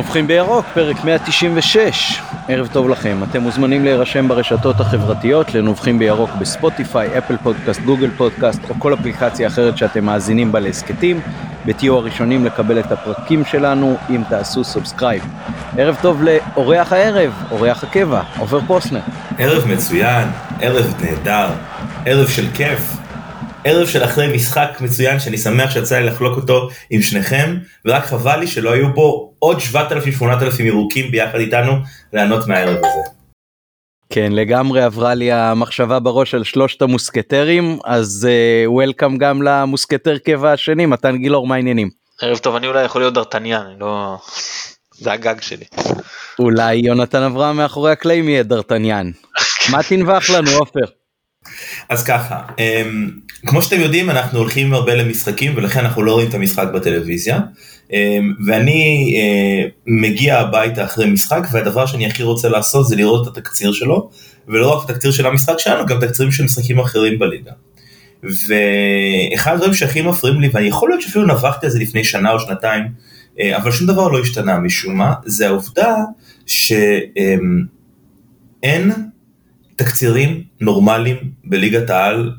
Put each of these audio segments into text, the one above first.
נובחים בירוק, פרק 196. ערב טוב לכם, אתם מוזמנים להירשם ברשתות החברתיות לנובחים בירוק בספוטיפיי, אפל פודקאסט, גוגל פודקאסט או כל אפליקציה אחרת שאתם מאזינים בה להסקטים, ותהיו הראשונים לקבל את הפרקים שלנו אם תעשו סובסקרייב. ערב טוב לאורח הערב, אורח הקבע, עופר פוסנר. ערב מצוין, ערב נהדר, ערב של כיף, ערב של אחרי משחק מצוין שאני שמח שיצא לי לחלוק אותו עם שניכם, ורק חבל לי שלא היו פה עוד 7,000-8,000 ירוקים ביחד איתנו ליהנות מהערב הזה. כן, לגמרי עברה לי המחשבה בראש על שלושת המוסקטרים, אז וולקאם גם למוסקטר קבע השני, מתן גילאור, מה העניינים? ערב טוב, אני אולי יכול להיות דרטניאן, לא... זה הגג שלי. אולי יונתן אברהם מאחורי הקלעים יהיה דרטניאן. מה תנבח לנו, עופר? אז ככה, כמו שאתם יודעים, אנחנו הולכים הרבה למשחקים, ולכן אנחנו לא רואים את המשחק בטלוויזיה, ואני מגיע הביתה אחרי משחק, והדבר שאני הכי רוצה לעשות זה לראות את התקציר שלו, ולא רק את התקציר של המשחק שלנו, גם תקצירים של משחקים אחרים בליגה. ואחד הדברים שהכי מפריעים לי, ואני יכול להיות שאפילו נבחתי על זה לפני שנה או שנתיים, אבל שום דבר לא השתנה משום מה, זה העובדה שאין תקצירים נורמליים בליגת העל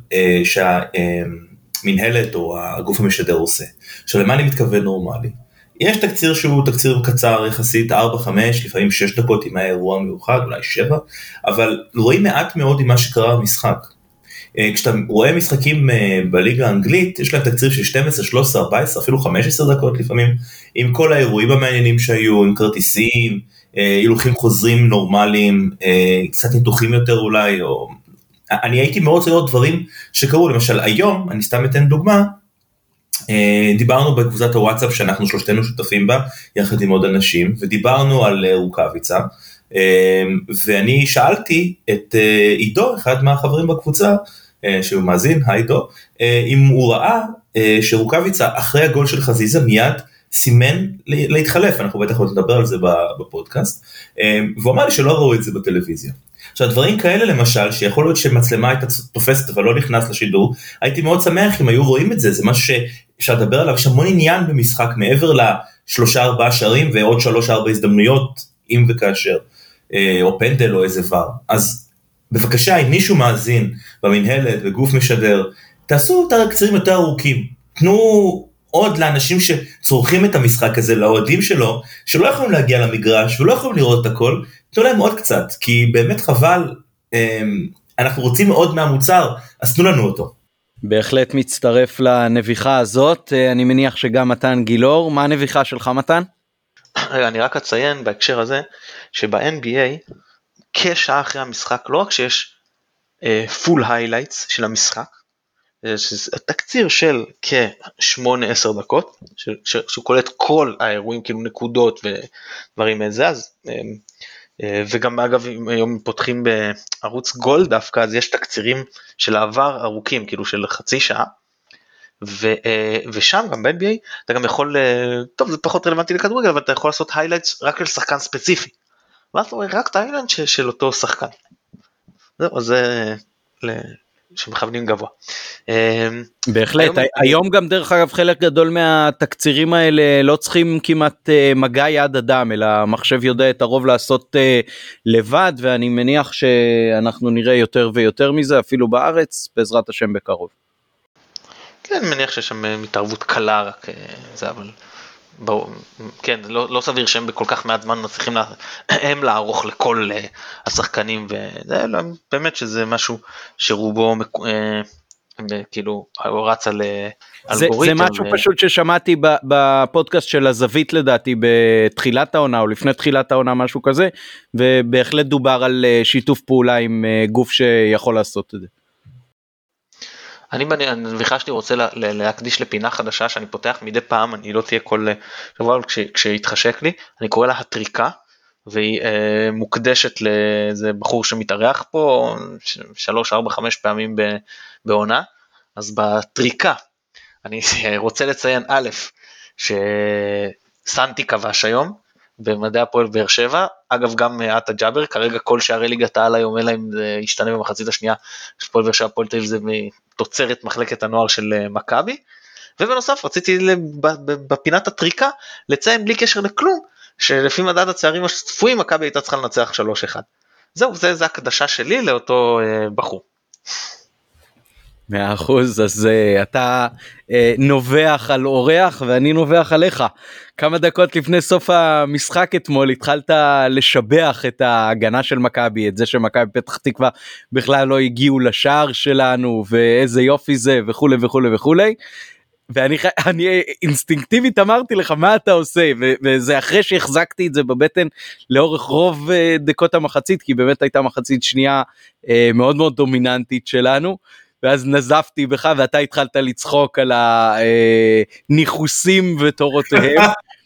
שהמנהלת או הגוף המשדר עושה. עכשיו, למה אני מתכוון נורמלי? יש תקציר שהוא תקציר קצר יחסית 4-5, לפעמים 6 דקות עם האירוע מיוחד, אולי 7, אבל רואים מעט מאוד עם מה שקרה במשחק. כשאתה רואה משחקים בליגה האנגלית, יש להם תקציר של 12, 13, 14, אפילו 15 דקות לפעמים, עם כל האירועים המעניינים שהיו, עם כרטיסים, הילוכים חוזרים נורמליים, קצת ניתוחים יותר אולי, או... אני הייתי מאוד רוצה לראות דברים שקרו, למשל היום, אני סתם אתן דוגמה, דיברנו בקבוצת הוואטסאפ שאנחנו שלושתנו שותפים בה, יחד עם עוד אנשים, ודיברנו על רוקאביצה, ואני שאלתי את עידו, אחד מהחברים בקבוצה, שהוא מאזין, עידו, אם הוא ראה שרוקאביצה אחרי הגול של חזיזה מיד סימן להתחלף, אנחנו בטח עוד נדבר על זה בפודקאסט, והוא אמר לי שלא ראו את זה בטלוויזיה. עכשיו, דברים כאלה למשל, שיכול להיות שמצלמה הייתה תופסת אבל לא נכנס לשידור, הייתי מאוד שמח אם היו רואים את זה, זה משהו שאפשר לדבר עליו, יש המון עניין במשחק, מעבר ל3-4 שערים ועוד 3-4 הזדמנויות, אם וכאשר, או פנדל או איזה ור. אז בבקשה, אם מישהו מאזין במנהלת, בגוף משדר, תעשו את הקצרים יותר ארוכים, תנו עוד לאנשים שצורכים את המשחק הזה, לאוהדים שלו, שלא יכולים להגיע למגרש, ולא יכולים לראות את הכל, תנו להם עוד קצת, כי באמת חבל, אנחנו רוצים מאוד מהמוצר, אז תנו לנו אותו. בהחלט מצטרף לנביחה הזאת, אני מניח שגם מתן גילאור, מה הנביחה שלך מתן? אני רק אציין בהקשר הזה, שב-NBA, כשעה אחרי המשחק, לא רק שיש full highlights של המשחק, תקציר של כ-8-10 דקות, שקולט כל האירועים, כאילו נקודות ודברים איזה, אז, וגם אגב, היום פותחים בערוץ גולד דווקא, אז יש תקצירים של העבר ארוכים, כאילו של חצי שעה, ושם גם ב-NBA, אתה גם יכול, טוב זה פחות רלוונטי לכדורגל, אבל אתה יכול לעשות highlights רק לשחקן ספציפי, ואז אתה רואה רק את ההיילנד של אותו שחקן, זהו, זה שמכוונים גבוה. בהחלט, היום גם דרך אגב חלק גדול מהתקצירים האלה לא צריכים כמעט מגע יד אדם, אלא המחשב יודע את הרוב לעשות לבד, ואני מניח שאנחנו נראה יותר ויותר מזה, אפילו בארץ, בעזרת השם בקרוב. כן, אני מניח שיש שם מתערבות קלה רק זה, אבל... כן, לא סביר שהם בכל כך מעט זמן מצליחים הם לערוך לכל השחקנים, וזה באמת שזה משהו שרובו כאילו רץ על אלגוריתם. זה משהו פשוט ששמעתי בפודקאסט של הזווית לדעתי בתחילת העונה או לפני תחילת העונה משהו כזה, ובהחלט דובר על שיתוף פעולה עם גוף שיכול לעשות את זה. אני ביקשתי רוצה להקדיש לפינה חדשה שאני פותח מדי פעם, אני לא תהיה כל שבוע, כשיתחשק לי, אני קורא לה הטריקה, והיא מוקדשת לאיזה בחור שמתארח פה 3, 4, 5 פעמים בעונה. אז בטריקה אני רוצה לציין א', שסנטי כבש היום במדעי הפועל באר שבע, אגב גם עטה ג'אבר, כרגע כל שערי ליגת העל היום, אלא אם זה ישתנה במחצית השנייה, הפועל באר שבע, הפועל תל אביב זה מתוצרת מחלקת הנוער של מכבי, ובנוסף רציתי בפינת הטריקה לציין בלי קשר לכלום, שלפי מדד הצערים השפויים, מכבי הייתה צריכה לנצח 3-1. זהו, זה הקדשה שלי לאותו בחור. 100%, אז אתה נובח על אורח ואני נובח עליך. כמה דקות לפני סוף המשחק אתמול התחלת לשבח את ההגנה של מכבי, את זה שמכבי פתח תקווה בכלל לא הגיעו לשער שלנו ואיזה יופי זה וכולי וכולי וכולי. ואני אינסטינקטיבית אמרתי לך מה אתה עושה, וזה אחרי שהחזקתי את זה בבטן לאורך רוב דקות המחצית, כי באמת הייתה מחצית שנייה מאוד מאוד דומיננטית שלנו, ואז נזפתי בך ואתה התחלת לצחוק על הניחוסים ותורותיהם.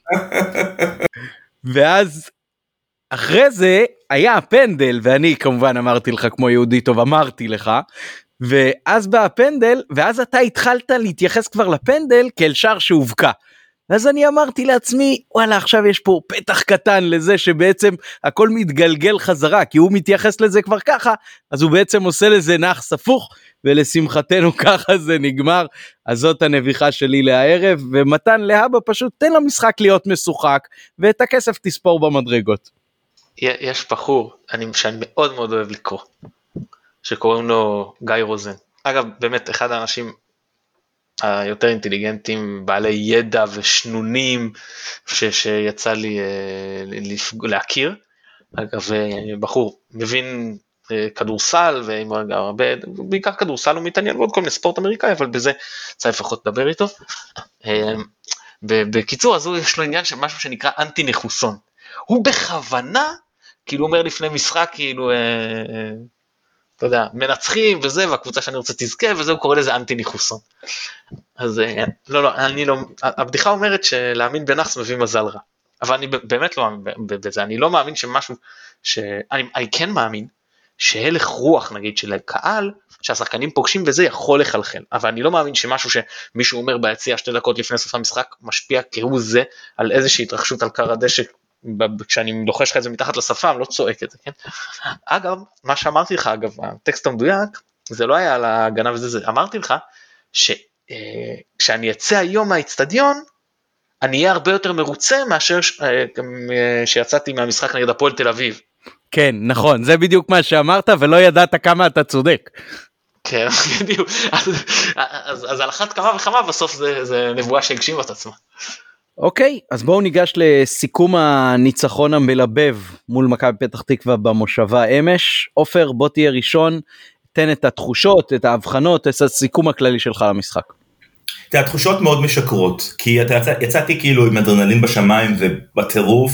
ואז אחרי זה היה הפנדל, ואני כמובן אמרתי לך כמו יהודי טוב, אמרתי לך, ואז בא הפנדל, ואז אתה התחלת להתייחס כבר לפנדל כאל שער שהובקע. אז אני אמרתי לעצמי, וואלה, עכשיו יש פה פתח קטן לזה שבעצם הכל מתגלגל חזרה, כי הוא מתייחס לזה כבר ככה, אז הוא בעצם עושה לזה נחס הפוך, ולשמחתנו ככה זה נגמר. אז זאת הנביחה שלי לערב, ומתן להבא פשוט תן למשחק להיות משוחק, ואת הכסף תספור במדרגות. יש בחור, שאני מאוד מאוד אוהב לקרוא, שקוראים לו גיא רוזן. אגב, באמת אחד האנשים היותר אינטליגנטים, בעלי ידע ושנונים שיצא לי להכיר. אגב, בחור מבין כדורסל, בעיקר כדורסל הוא מתעניין ועוד כל מיני ספורט אמריקאי, אבל בזה צריך לפחות לדבר איתו. בקיצור, אז יש לו עניין של משהו שנקרא אנטי נחוסון. הוא בכוונה, כאילו אומר לפני משחק, כאילו אתה יודע, מנצחים וזה, והקבוצה שאני רוצה תזכה, וזה הוא קורא לזה אנטי ניחוסון. אז לא, אני לא, הבדיחה אומרת שלהאמין בנחס מביא מזל רע, אבל אני באמת לא מאמין בזה, אני לא מאמין שמשהו, אני כן מאמין, שהלך רוח נגיד של הקהל, שהשחקנים פוגשים וזה יכול לחלחל, אבל אני לא מאמין שמשהו שמישהו אומר ביציע 2 דקות לפני סוף המשחק, משפיע כהוא זה על איזושהי התרחשות על קר הדשא, כשאני דוחש לך את זה מתחת לשפה, אני לא צועק את זה, כן? אגב, מה שאמרתי לך, אגב, הטקסט המדויק, זה לא היה על ההגנה וזה, אמרתי לך, כשאני אצא היום מהאצטדיון, אני אהיה הרבה יותר מרוצה, מאשר שיצאתי מהמשחק נגד הפועל תל אביב. כן, נכון, זה בדיוק מה שאמרת, ולא ידעת כמה אתה צודק. כן, בדיוק, אז על אחת כמה וכמה, בסוף זה נבואה שהגשימה את עצמה. אוקיי, אז בואו ניגש לסיכום הניצחון המלבב מול מכבי פתח תקווה במושבה אמש. עופר, בוא תהיה ראשון, תן את התחושות, את ההבחנות, את הסיכום הכללי שלך למשחק. התחושות מאוד משקרות, כי יצאתי כאילו עם אדרנלין בשמיים ובטירוף,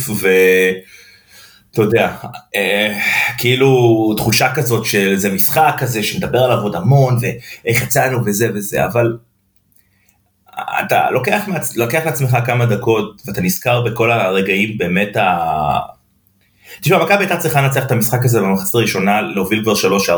ואתה יודע, כאילו תחושה כזאת של זה משחק כזה שנדבר עליו עוד המון, ואיך יצאנו וזה וזה, אבל אתה לוקח לעצמך כמה דקות, ואתה נזכר בכל הרגעים באמת תשמע, מכבי הייתה צריכה לנצח את המשחק הזה במחצית הראשונה, להוביל כבר 3-4-0.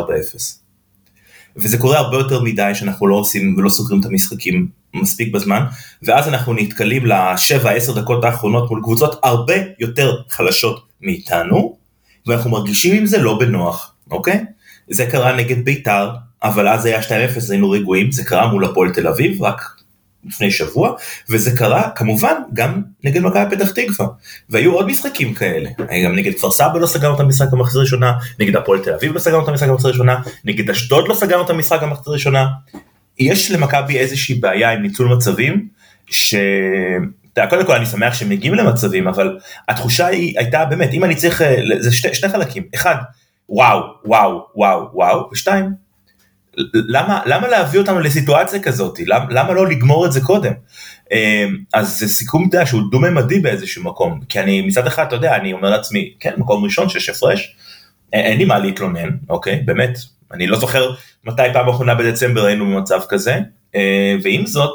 וזה קורה הרבה יותר מדי שאנחנו לא עושים ולא סוגרים את המשחקים מספיק בזמן, ואז אנחנו נתקלים ל7-10 דקות האחרונות מול קבוצות הרבה יותר חלשות מאיתנו, ואנחנו מרגישים עם זה לא בנוח, אוקיי? זה קרה נגד ביתר, אבל אז היה 2-0, היינו רגועים, זה קרה מול הפועל תל אביב, רק לפני שבוע, וזה קרה כמובן גם נגד מכבי פתח תקווה, והיו עוד משחקים כאלה, גם נגד כפר סבא לא סגרנו את המשחק במחצית הראשונה, נגד הפועל תל אביב לא סגרנו את המשחק במחצית הראשונה, נגד אשדוד לא סגרנו את המשחק במחצית הראשונה. יש למכבי איזושהי בעיה עם ניצול מצבים, קודם כל אני שמח שהם מגיעים למצבים, אבל התחושה הייתה באמת, אם אני צריך, זה שני חלקים, אחד, וואו, וואו, וואו, וואו, ושתיים, למה להביא אותנו לסיטואציה כזאת? למה לא לגמור את זה קודם? אז זה סיכום שהוא דו-ממדי באיזשהו מקום, כי אני מצד אחד, אתה יודע, אני אומר לעצמי, כן, מקום ראשון, 6 הפרש, אין לי מה להתלונן, אוקיי, באמת, אני לא זוכר מתי פעם האחרונה בדצמבר היינו במצב כזה, ועם זאת,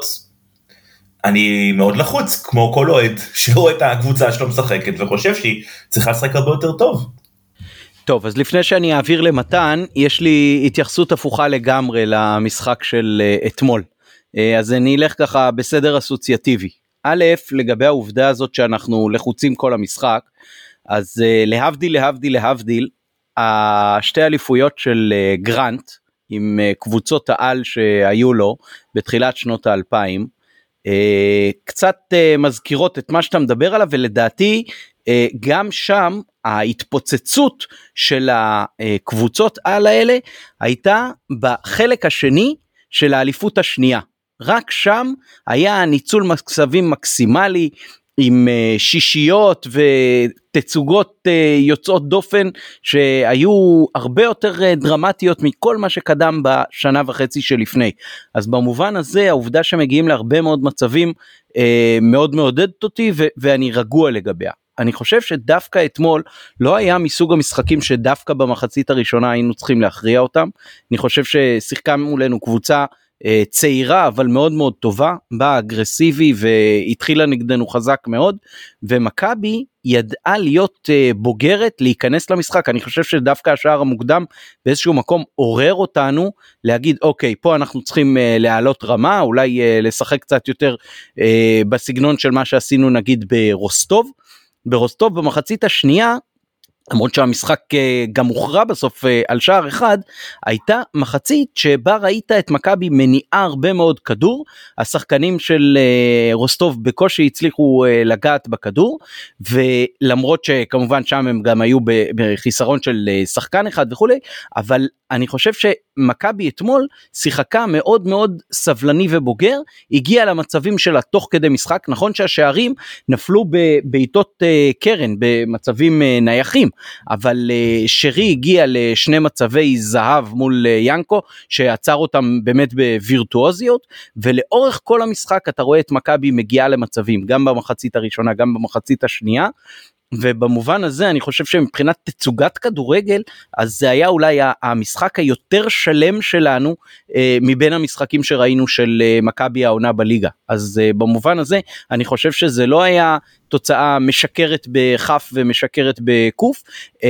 אני מאוד לחוץ, כמו כל אוהד, שרואה את הקבוצה שלו משחקת, וחושב שהיא צריכה לשחק הרבה יותר טוב. טוב, אז לפני שאני אעביר למתן, יש לי התייחסות הפוכה לגמרי למשחק של אתמול. אז אני אלך ככה בסדר אסוציאטיבי. א', לגבי העובדה הזאת שאנחנו לחוצים כל המשחק, אז להבדיל, השתי אליפויות של גרנט, עם קבוצות העל שהיו לו בתחילת שנות ה-2000, קצת מזכירות את מה שאתה מדבר עליו, ולדעתי גם שם ההתפוצצות של הקבוצות על האלה הייתה בחלק השני של האליפות השנייה. רק שם היה ניצול מצבים מקסימלי, עם שישיות ותצוגות יוצאות דופן שהיו הרבה יותר דרמטיות מכל מה שקדם בשנה וחצי שלפני. אז במובן הזה העובדה שמגיעים להרבה מאוד מצבים מאוד מעודדת אותי ואני רגוע לגביה. אני חושב שדווקא אתמול לא היה מסוג המשחקים שדווקא במחצית הראשונה היינו צריכים להכריע אותם. אני חושב ששיחקה מולנו קבוצה צעירה אבל מאוד מאוד טובה, באה אגרסיבי והתחילה נגדנו חזק מאוד, ומכבי ידעה להיות בוגרת, להיכנס למשחק. אני חושב שדווקא השער המוקדם באיזשהו מקום עורר אותנו להגיד אוקיי, פה אנחנו צריכים להעלות רמה, אולי לשחק קצת יותר בסגנון של מה שעשינו נגיד ברוסטוב. ברוסטוב במחצית השנייה, למרות שהמשחק גם הוכרע בסוף על שער אחד, הייתה מחצית שבה ראית את מכבי מניעה הרבה מאוד כדור, השחקנים של רוסטוב בקושי הצליחו לגעת בכדור, ולמרות שכמובן שם הם גם היו בחיסרון של שחקן אחד וכו', אבל אני חושב שמכבי אתמול שיחקה מאוד מאוד סבלני ובוגר, הגיעה למצבים שלה תוך כדי משחק, נכון שהשערים נפלו בעיטות קרן, במצבים נייחים, אבל שרי הגיע לשני מצבי זהב מול ינקו, שעצר אותם באמת בווירטואוזיות, ולאורך כל המשחק אתה רואה את מכבי מגיעה למצבים, גם במחצית הראשונה, גם במחצית השנייה, ובמובן הזה אני חושב שמבחינת תצוגת כדורגל, אז זה היה אולי המשחק היותר שלם שלנו, מבין המשחקים שראינו של מכבי העונה בליגה. אז במובן הזה אני חושב שזה לא היה תוצאה משקרת בכף ומשקרת בקוף,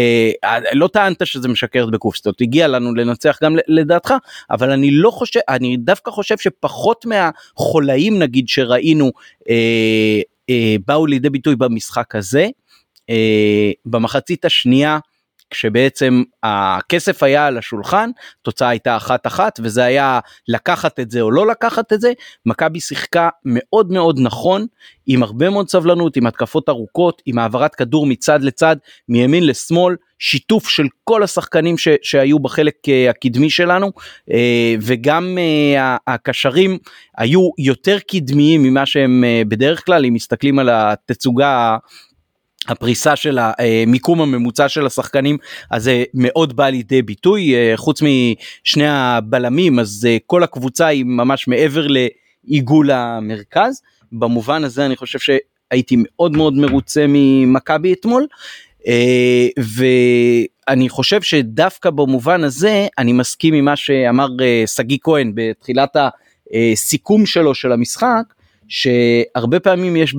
לא טענת שזה משקרת בקוף, זאת אומרת, הגיע לנו לנצח גם לדעתך, אבל אני לא חושב, אני דווקא חושב שפחות מהחולאים נגיד שראינו, באו לידי ביטוי במשחק הזה. במחצית השנייה, כשבעצם הכסף היה על השולחן, תוצאה הייתה 1-1, וזה היה לקחת את זה או לא לקחת את זה. מכבי שיחקה מאוד מאוד נכון, עם הרבה מאוד סבלנות, עם התקפות ארוכות, עם העברת כדור מצד לצד, מימין לשמאל, שיתוף של כל השחקנים שהיו בחלק הקדמי שלנו, וגם הקשרים היו יותר קדמיים ממה שהם בדרך כלל, אם מסתכלים על התצוגה הפריסה של המיקום הממוצע של השחקנים, אז זה מאוד בא לידי ביטוי, חוץ משני הבלמים, אז כל הקבוצה היא ממש מעבר לעיגול המרכז. במובן הזה אני חושב שהייתי מאוד מאוד מרוצה ממכבי אתמול, ואני חושב שדווקא במובן הזה אני מסכים עם מה שאמר סגי כהן בתחילת הסיכום שלו של המשחק, שהרבה פעמים יש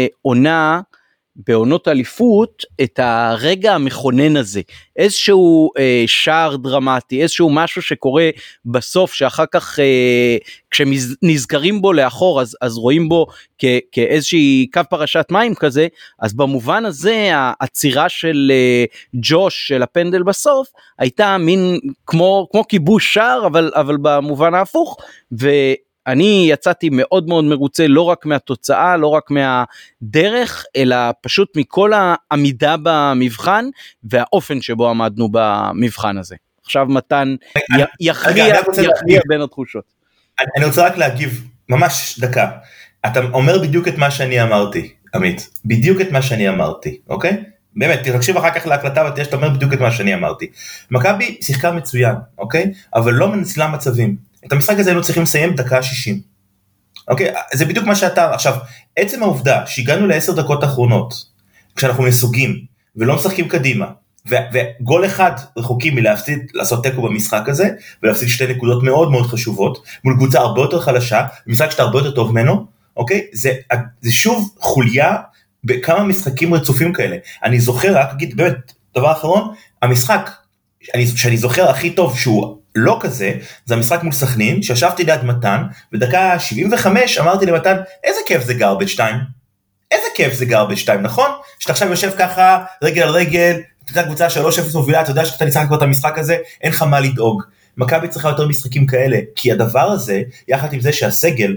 בעונות אליפות את הרגע המכונן הזה, איזשהו שער דרמטי, איזשהו משהו שקורה בסוף, שאחר כך כשנזכרים בו לאחור, אז רואים בו כאיזושהי קו פרשת מים כזה. אז במובן הזה העצירה של ג'וש של הפנדל בסוף, הייתה מין כמו כיבוש שער, אבל במובן ההפוך, אני יצאתי מאוד מאוד מרוצה, לא רק מהתוצאה, לא רק מהדרך, אלא פשוט מכל העמידה במבחן, והאופן שבו עמדנו במבחן הזה. עכשיו מתן יכריע בין התחושות. אני רוצה רק להגיב, ממש דקה. אתה אומר בדיוק את מה שאני אמרתי, עמית. בדיוק את מה שאני אמרתי, אוקיי? באמת, תקשיב אחר כך להקלטה ותראה שאתה אומר בדיוק את מה שאני אמרתי. מכבי שיחקה מצוין, אוקיי? אבל לא מנצלה מצבים. את המשחק הזה היינו צריכים לסיים דקה 60. אוקיי? זה בדיוק מה שאתה, עכשיו, עצם העובדה שהגענו ל10 דקות האחרונות, כשאנחנו נסוגים ולא משחקים קדימה, וגול אחד רחוקים מלהפסיד, לעשות תיקו במשחק הזה, ולהפסיד 2 נקודות מאוד מאוד חשובות, מול קבוצה הרבה יותר חלשה, במשחק שאתה הרבה יותר טוב ממנו, אוקיי? זה שוב חוליה בכמה משחקים רצופים כאלה. אני זוכר, רק אגיד, באמת, דבר אחרון, המשחק שאני זוכר הכי טוב שהוא לא כזה, זה המשחק מול סכנין, שישבתי ליד מתן, בדקה 75 אמרתי למתן, איזה כיף זה גרבג' 2, איזה כיף זה גרבג' 2, נכון? שאתה עכשיו יושב ככה, רגל על רגל, אתה קבוצה 3-0 מובילה, אתה יודע שאתה ניצחת כבר את המשחק הזה, אין לך מה לדאוג. מכבי צריכה יותר משחקים כאלה, כי הדבר הזה, יחד עם זה שהסגל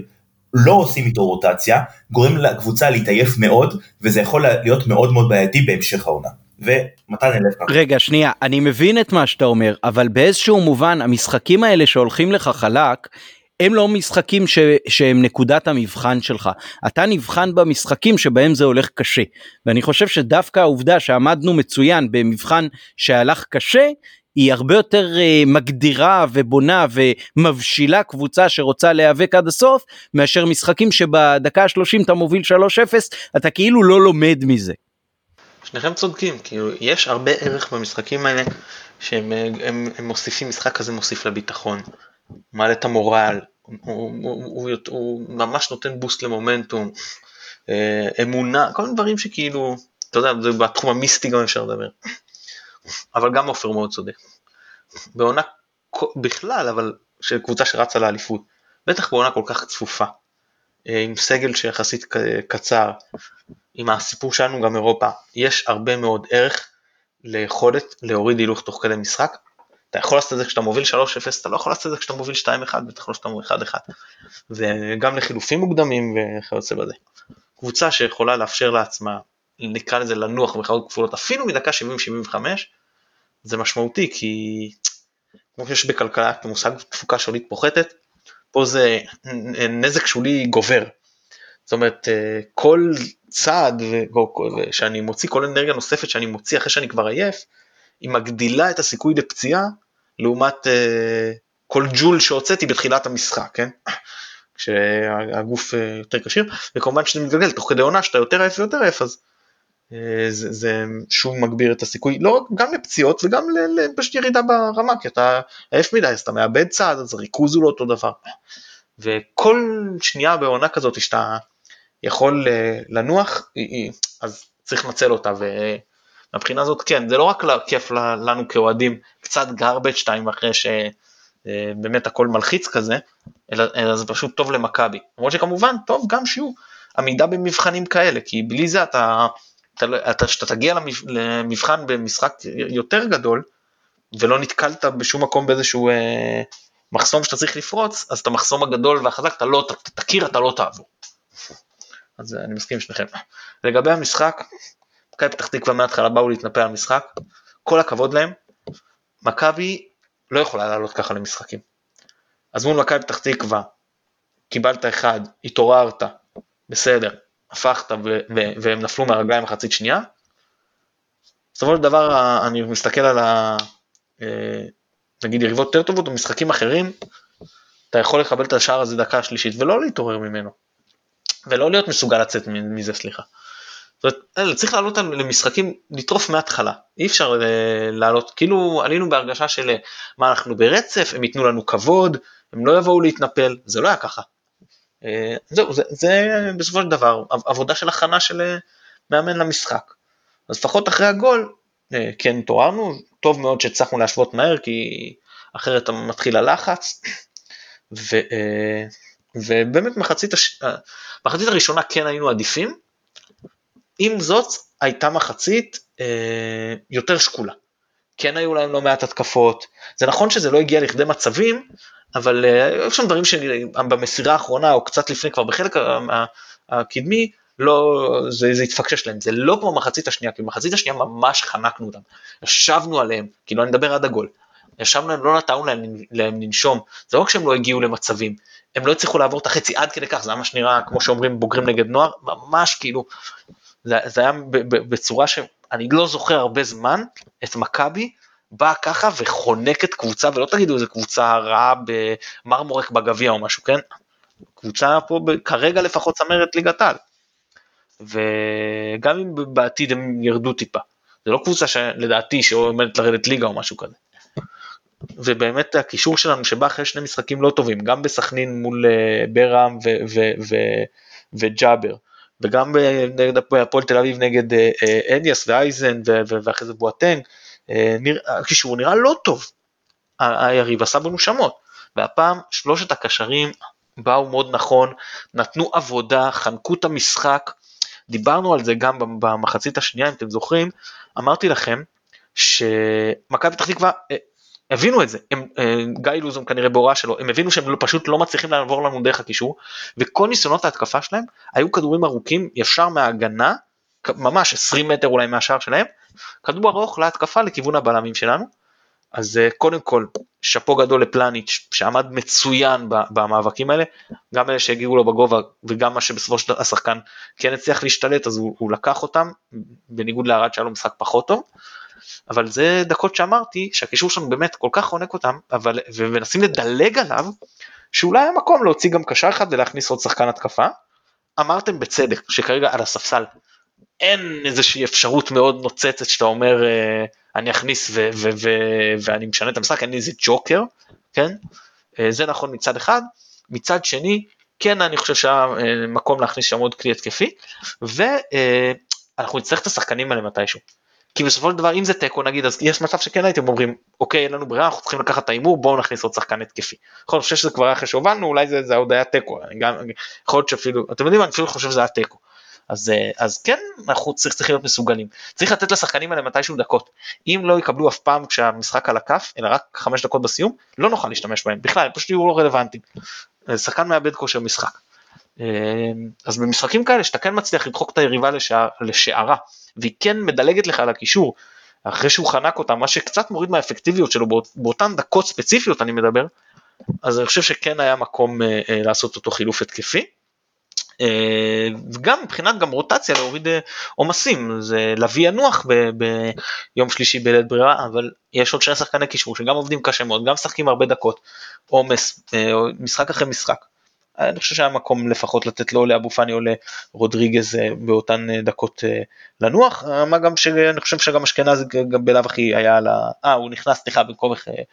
לא עושים איתו רוטציה, גורם לקבוצה להתעייף מאוד, וזה יכול להיות מאוד מאוד בעייתי בהמשך העונה. ומתי נלך ככה? רגע, שנייה, אני מבין את מה שאתה אומר, אבל באיזשהו מובן, המשחקים האלה שהולכים לך חלק, הם לא משחקים שהם נקודת המבחן שלך. אתה נבחן במשחקים שבהם זה הולך קשה. ואני חושב שדווקא העובדה שעמדנו מצוין במבחן שהלך קשה, היא הרבה יותר מגדירה ובונה ומבשילה קבוצה שרוצה להיאבק עד הסוף, מאשר משחקים שבדקה ה-30 אתה מוביל 3-0, אתה כאילו לא לומד מזה. שניכם צודקים, כאילו יש הרבה ערך במשחקים האלה, שהם מוסיפים, משחק כזה מוסיף לביטחון, מעלה את המורל, הוא ממש נותן בוסט למומנטום, אמונה, כל מיני דברים שכאילו, אתה יודע, זה בתחום המיסטי גם אפשר לדבר, אבל גם עופר מאוד צודק, בעונה בכלל, אבל של קבוצה שרצה לאליפות, בטח בעונה כל כך צפופה, עם סגל שיחסית קצר, עם הסיפור שלנו גם אירופה, יש הרבה מאוד ערך ליכולת להוריד הילוך תוך כדי משחק. אתה יכול לעשות את זה כשאתה מוביל 3-0, אתה לא יכול לעשות את זה כשאתה מוביל 2-1, בטח לא כשאתה מוביל 1-1. וגם לחילופים מוקדמים וכיוצא בזה. קבוצה שיכולה לאפשר לעצמה, נקרא לזה לנוח בחרות כפולות, אפילו מדקה 70-75, זה משמעותי, כי כמו שיש בכלכלה, כמושג תפוקה שולית פוחתת, פה זה נזק שולי גובר. זאת אומרת, כל צעד שאני מוציא, כל אנרגיה נוספת שאני מוציא אחרי שאני כבר עייף, היא מגדילה את הסיכוי לפציעה, לעומת כל ג'ול שהוצאתי בתחילת המשחק, כן? כשהגוף יותר קשיר, וכמובן שזה מתגלגל, תוך כדי עונה שאתה יותר עייף ויותר עייף, אז זה שוב מגביר את הסיכוי, לא גם לפציעות וגם לפשוט ירידה ברמה, כי אתה עייף מדי, אז אתה מאבד צעד, אז ריכוז הוא לא אותו דבר. וכל שנייה בעונה כזאת שאתה יכול לנוח, אז צריך לנצל אותה, ומבחינה הזאת כן, זה לא רק כיף לנו כאוהדים, קצת גרבג' טיים אחרי שבאמת הכל מלחיץ כזה, אלא זה פשוט טוב למכבי, למרות שכמובן טוב גם שיהיו עמידה במבחנים כאלה, כי בלי זה שאתה תגיע למבחן במשחק יותר גדול, ולא נתקלת בשום מקום באיזשהו מחסום שאתה צריך לפרוץ, אז את המחסום הגדול והחזק, אתה לא תכיר, אתה לא תעבור. אז אני מסכים שניכם. לגבי המשחק, מכבי פתח תקווה מההתחלה באו להתנפל על המשחק, כל הכבוד להם, מכבי לא יכולה לעלות ככה למשחקים. אז מול מכבי פתח תקווה, קיבלת אחד, התעוררת, בסדר, הפכת והם נפלו מהרגליים מחצית שנייה, בסופו של דבר אני מסתכל על נגיד יריבות יותר טובות או משחקים אחרים, אתה יכול לקבל את השער הזה דקה שלישית ולא להתעורר ממנו, ולא להיות מסוגל לצאת מזה, סליחה. זאת אומרת, צריך לעלות למשחקים, לטרוף מההתחלה, אי אפשר לעלות, כאילו עלינו בהרגשה של מה אנחנו ברצף, הם ייתנו לנו כבוד, הם לא יבואו להתנפל, זה לא היה ככה. זהו, זה בסופו של דבר, עבודה של הכנה של מאמן למשחק. אז לפחות אחרי הגול, כן תוארנו, טוב מאוד שהצלחנו להשוות מהר, כי אחרת מתחיל הלחץ, ובאמת מחצית הראשונה כן היינו עדיפים, עם זאת הייתה מחצית יותר שקולה, כן היו להם לא מעט התקפות, זה נכון שזה לא הגיע לכדי מצבים, אבל היו שם דברים שבמסירה האחרונה, או קצת לפני כבר בחלק הקדמי, לא, זה התפקשש להם, זה לא כמו מחצית השנייה, כי במחצית השנייה ממש חנקנו אותם, ישבנו עליהם, כאילו אני מדבר עד הגול, ישבנו להם, לא נתנו להם לנשום, זה לא רק שהם לא הגיעו למצבים, הם לא הצליחו לעבור את החצי עד כדי כך, זה ממש נראה, כמו שאומרים, בוגרים נגד נוער, ממש כאילו, זה היה בצורה שאני לא זוכר הרבה זמן, את מכבי, באה ככה וחונקת קבוצה, ולא תגידו איזה קבוצה רעה במרמורק בגביע או משהו, כן? קבוצה פה כרגע לפחות צמרת ליגת העל, וגם אם בעתיד הם ירדו טיפה, זה לא קבוצה שלדעתי שעומדת לרדת ליגה או משהו כזה, ובאמת הקישור שלנו שבא אחרי שני משחקים לא טובים, גם בסכנין מול ברם וג'אבר, וגם נגד הפועל תל אביב נגד אניאס ואייזן ואחרי זה בואטנג, הקישור נראה לא טוב, היריב עשה בנו שמות, והפעם שלושת הקשרים באו מאוד נכון, נתנו עבודה, חנקו את המשחק, דיברנו על זה גם במחצית השנייה, אם אתם זוכרים, אמרתי לכם, שמכבי פתח תקווה הבינו את זה, גיא לוזון כנראה בהוראה שלו, הם הבינו שהם פשוט לא מצליחים לעבור לנו דרך הקישור, וכל ניסיונות ההתקפה שלהם, היו כדורים ארוכים ישר מההגנה, ממש 20 מטר אולי מהשער שלהם, כדור ארוך להתקפה לכיוון הבלמים שלנו, אז קודם כל, שפו גדול לפלניץ' שעמד מצוין במאבקים האלה, גם אלה שהגיעו לו בגובה, וגם מה שבסופו של השחקן כן הצליח להשתלט, אז הוא לקח אותם, בניגוד לארד שהיה לו משחק פחות טוב, אבל זה דקות שאמרתי, שהקישור שלנו באמת כל כך חונק אותם, ומנסים לדלג עליו, שאולי היה מקום להוציא גם קשר אחד, ולהכניס עוד שחקן התקפה, אמרתם בצדק, שכרגע על הספסל, אין איזושהי אפשרות מאוד נוצצת, שאתה אומר, אני אכניס ואני משנה את המשחק, אין לי איזה ג'וקר, כן? זה נכון מצד אחד, מצד שני, כן אני חושב שהיה מקום להכניס שם עוד כלי התקפי, ואנחנו נצטרך את השחקנים האלה מתישהו, כי בסופו של דבר אם זה טקו נגיד, אז יש מצב שכן הייתם אומרים, אוקיי אין לנו ברירה, אנחנו צריכים לקחת את האימור, בואו נכניס עוד שחקן התקפי, אני חושב שזה כבר אחרי שהובלנו, אולי זה עוד היה טקו, יכול להיות שאפילו, אתם יודעים, אני אפילו חושב שזה היה טקו, אז כן, אנחנו צריכים להיות מסוגלים, צריך לתת לשחקנים האלה מתישהו דקות, אם לא יקבלו אף פעם כשהמשחק על הכף, אלא רק 5 דקות בסיום, לא נוכל להשתמש בהם, בכלל, הם פשוט יהיו לא רלוונטיים, שחקן מאבד כושר משחק, אז במשחקים כאלה, שאתה כן מצליח לדחוק את היריבה לשערה, והיא כן מדלגת לך על הקישור, אחרי שהוא חנק אותה, מה שקצת מוריד מהאפקטיביות שלו, באותן דקות ספציפיות אני מדבר, אז אני חושב שכן היה מקום לעשות אותו חילוף התקפי, וגם מבחינת גם רוטציה להוריד עומסים, זה להביא ינוח ביום שלישי בלית ברירה, אבל יש עוד 2 שחקני קישור שגם עובדים קשה מאוד, גם שחקים הרבה דקות, עומס, משחק אחרי משחק, אני חושב שהיה מקום לפחות לתת לו לאבו פאני או לרודריגז באותן דקות לנוח, מה גם שאני חושב שגם אשכנזי גם בלאו הכי היה על הוא נכנס במקום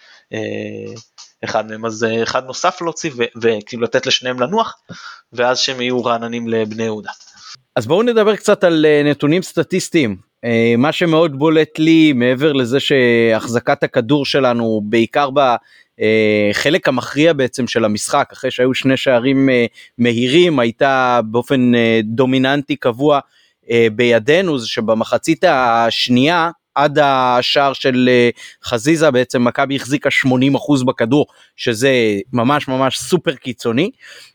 אחד מהם, אז אחד נוסף להוציא וכאילו לתת לשניהם לנוח, ואז שהם יהיו רעננים לבני יהודה. אז בואו נדבר קצת על נתונים סטטיסטיים, מה שמאוד בולט לי מעבר לזה שהחזקת הכדור שלנו בעיקר בחלק המכריע בעצם של המשחק, אחרי שהיו 2 שערים מהירים, הייתה באופן דומיננטי קבוע בידינו, זה שבמחצית השנייה עד השער של חזיזה בעצם מכבי החזיקה 80% בכדור, שזה ממש ממש סופר קיצוני.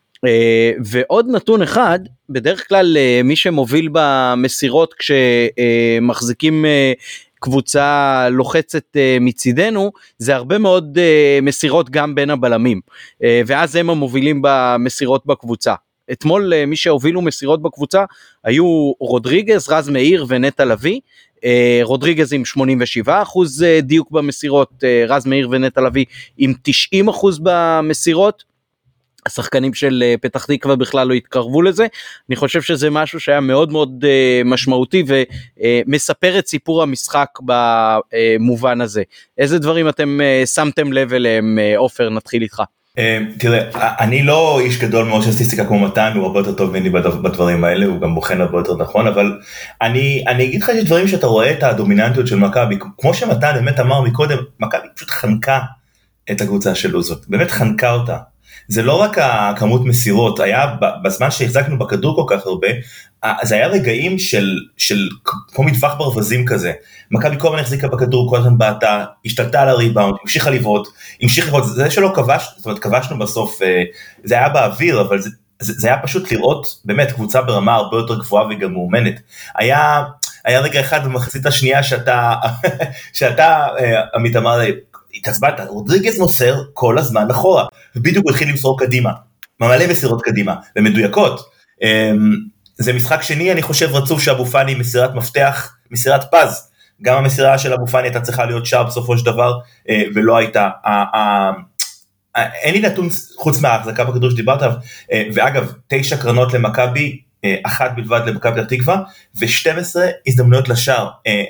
ועוד נתון אחד, בדרך כלל מי שמוביל במסירות כשמחזיקים קבוצה לוחצת מצידנו, זה הרבה מאוד מסירות גם בין הבלמים, ואז הם המובילים במסירות בקבוצה. אתמול מי שהובילו מסירות בקבוצה היו רודריגז, רז מאיר ונטע לביא, רודריגז עם 87% דיוק במסירות, רז מאיר ונטע לביא עם 90% במסירות, השחקנים של פתח תקווה בכלל לא התקרבו לזה, אני חושב שזה משהו שהיה מאוד מאוד משמעותי, ומספר את סיפור המשחק במובן הזה. איזה דברים אתם שמתם לב אליהם, עופר, נתחיל איתך. תראה, אני לא איש גדול מאוד של סטטיסטיקה כמו מתן, הוא הרבה יותר טוב ממני בדברים האלה, הוא גם בוחן הרבה יותר נכון, אבל אני אגיד לך שיש דברים שאתה רואה את הדומיננטיות של מכבי, כמו שמתן באמת אמר מקודם, מכבי פשוט חנקה את הקבוצה של לוזון, באמת חנקה אותה. זה לא רק הכמות מסירות, היה בזמן שהחזקנו בכדור כל כך הרבה, זה היה רגעים של כמו מטווח ברווזים כזה, מכבי כל הזמן החזיקה בכדור, כל הזמן בעטה, השתלטה על הריבאונד, המשיכה לבעוט, זה שלא כבשנו, זאת אומרת כבשנו בסוף, זה היה באוויר, אבל זה היה פשוט לראות באמת קבוצה ברמה הרבה יותר גבוהה וגם מאומנת. היה רגע אחד במחצית השנייה שאתה עמית אמר לי, התעצבנת, רודריגז מוסר כל הזמן אחורה, ובדיוק הוא התחיל למסור קדימה, מלא מסירות קדימה, ומדויקות. זה משחק שני, אני חושב רצוף שאבו פאני מסירת מפתח, מסירת פז, גם המסירה של אבו פאני הייתה צריכה להיות שער בסופו של דבר, ולא הייתה. אין לי נתון חוץ מההחזקה בכדור שדיברת, ואגב, 9 קרנות למכבי, 1 בלבד למכבי פתח תקווה, ו12 הזדמנויות לשער.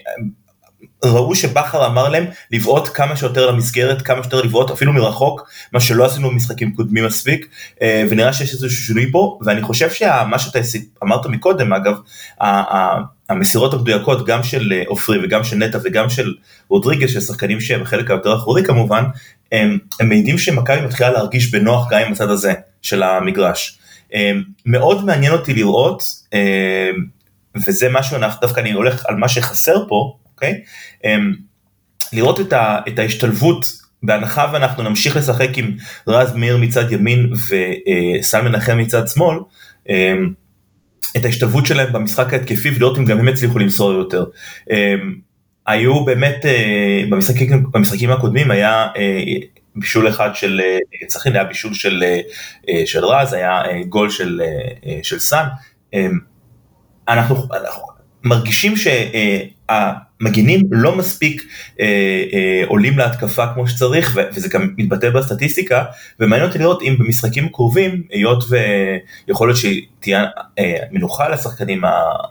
ראו שבחר אמר להם לבעוט כמה שיותר למסגרת, כמה שיותר לבעוט אפילו מרחוק, מה שלא עשינו במשחקים קודמים מספיק, ונראה שיש איזשהו שינוי פה, ואני חושב שמה שאתה אמרת מקודם, אגב, המסירות המדויקות גם של אופרי וגם של נטע וגם של רודריגז, ששחקנים שהם חלק היותר אחורי כמובן, הם מעידים שמכבי מתחילה להרגיש בנוח גם עם הצד הזה של המגרש. מאוד מעניין אותי לראות, וזה משהו, דווקא אני הולך על מה שחסר פה, לראות את ההשתלבות בהנחה ואנחנו נמשיך לשחק עם רז מאיר מצד ימין וסל מנחם מצד שמאל, את ההשתלבות שלהם במשחק ההתקפי, ולראות אם גם הם הצליחו למסור יותר. היו באמת, במשחקים הקודמים היה בישול אחד של צחין, היה בישול של רז, היה גול של סן. אנחנו מרגישים שהמגינים לא מספיק עולים להתקפה כמו שצריך, וזה גם מתבטא בסטטיסטיקה, ומעניין אותי לראות אם במשחקים קרובים, היות ויכול להיות שתהיה מנוחה לשחקנים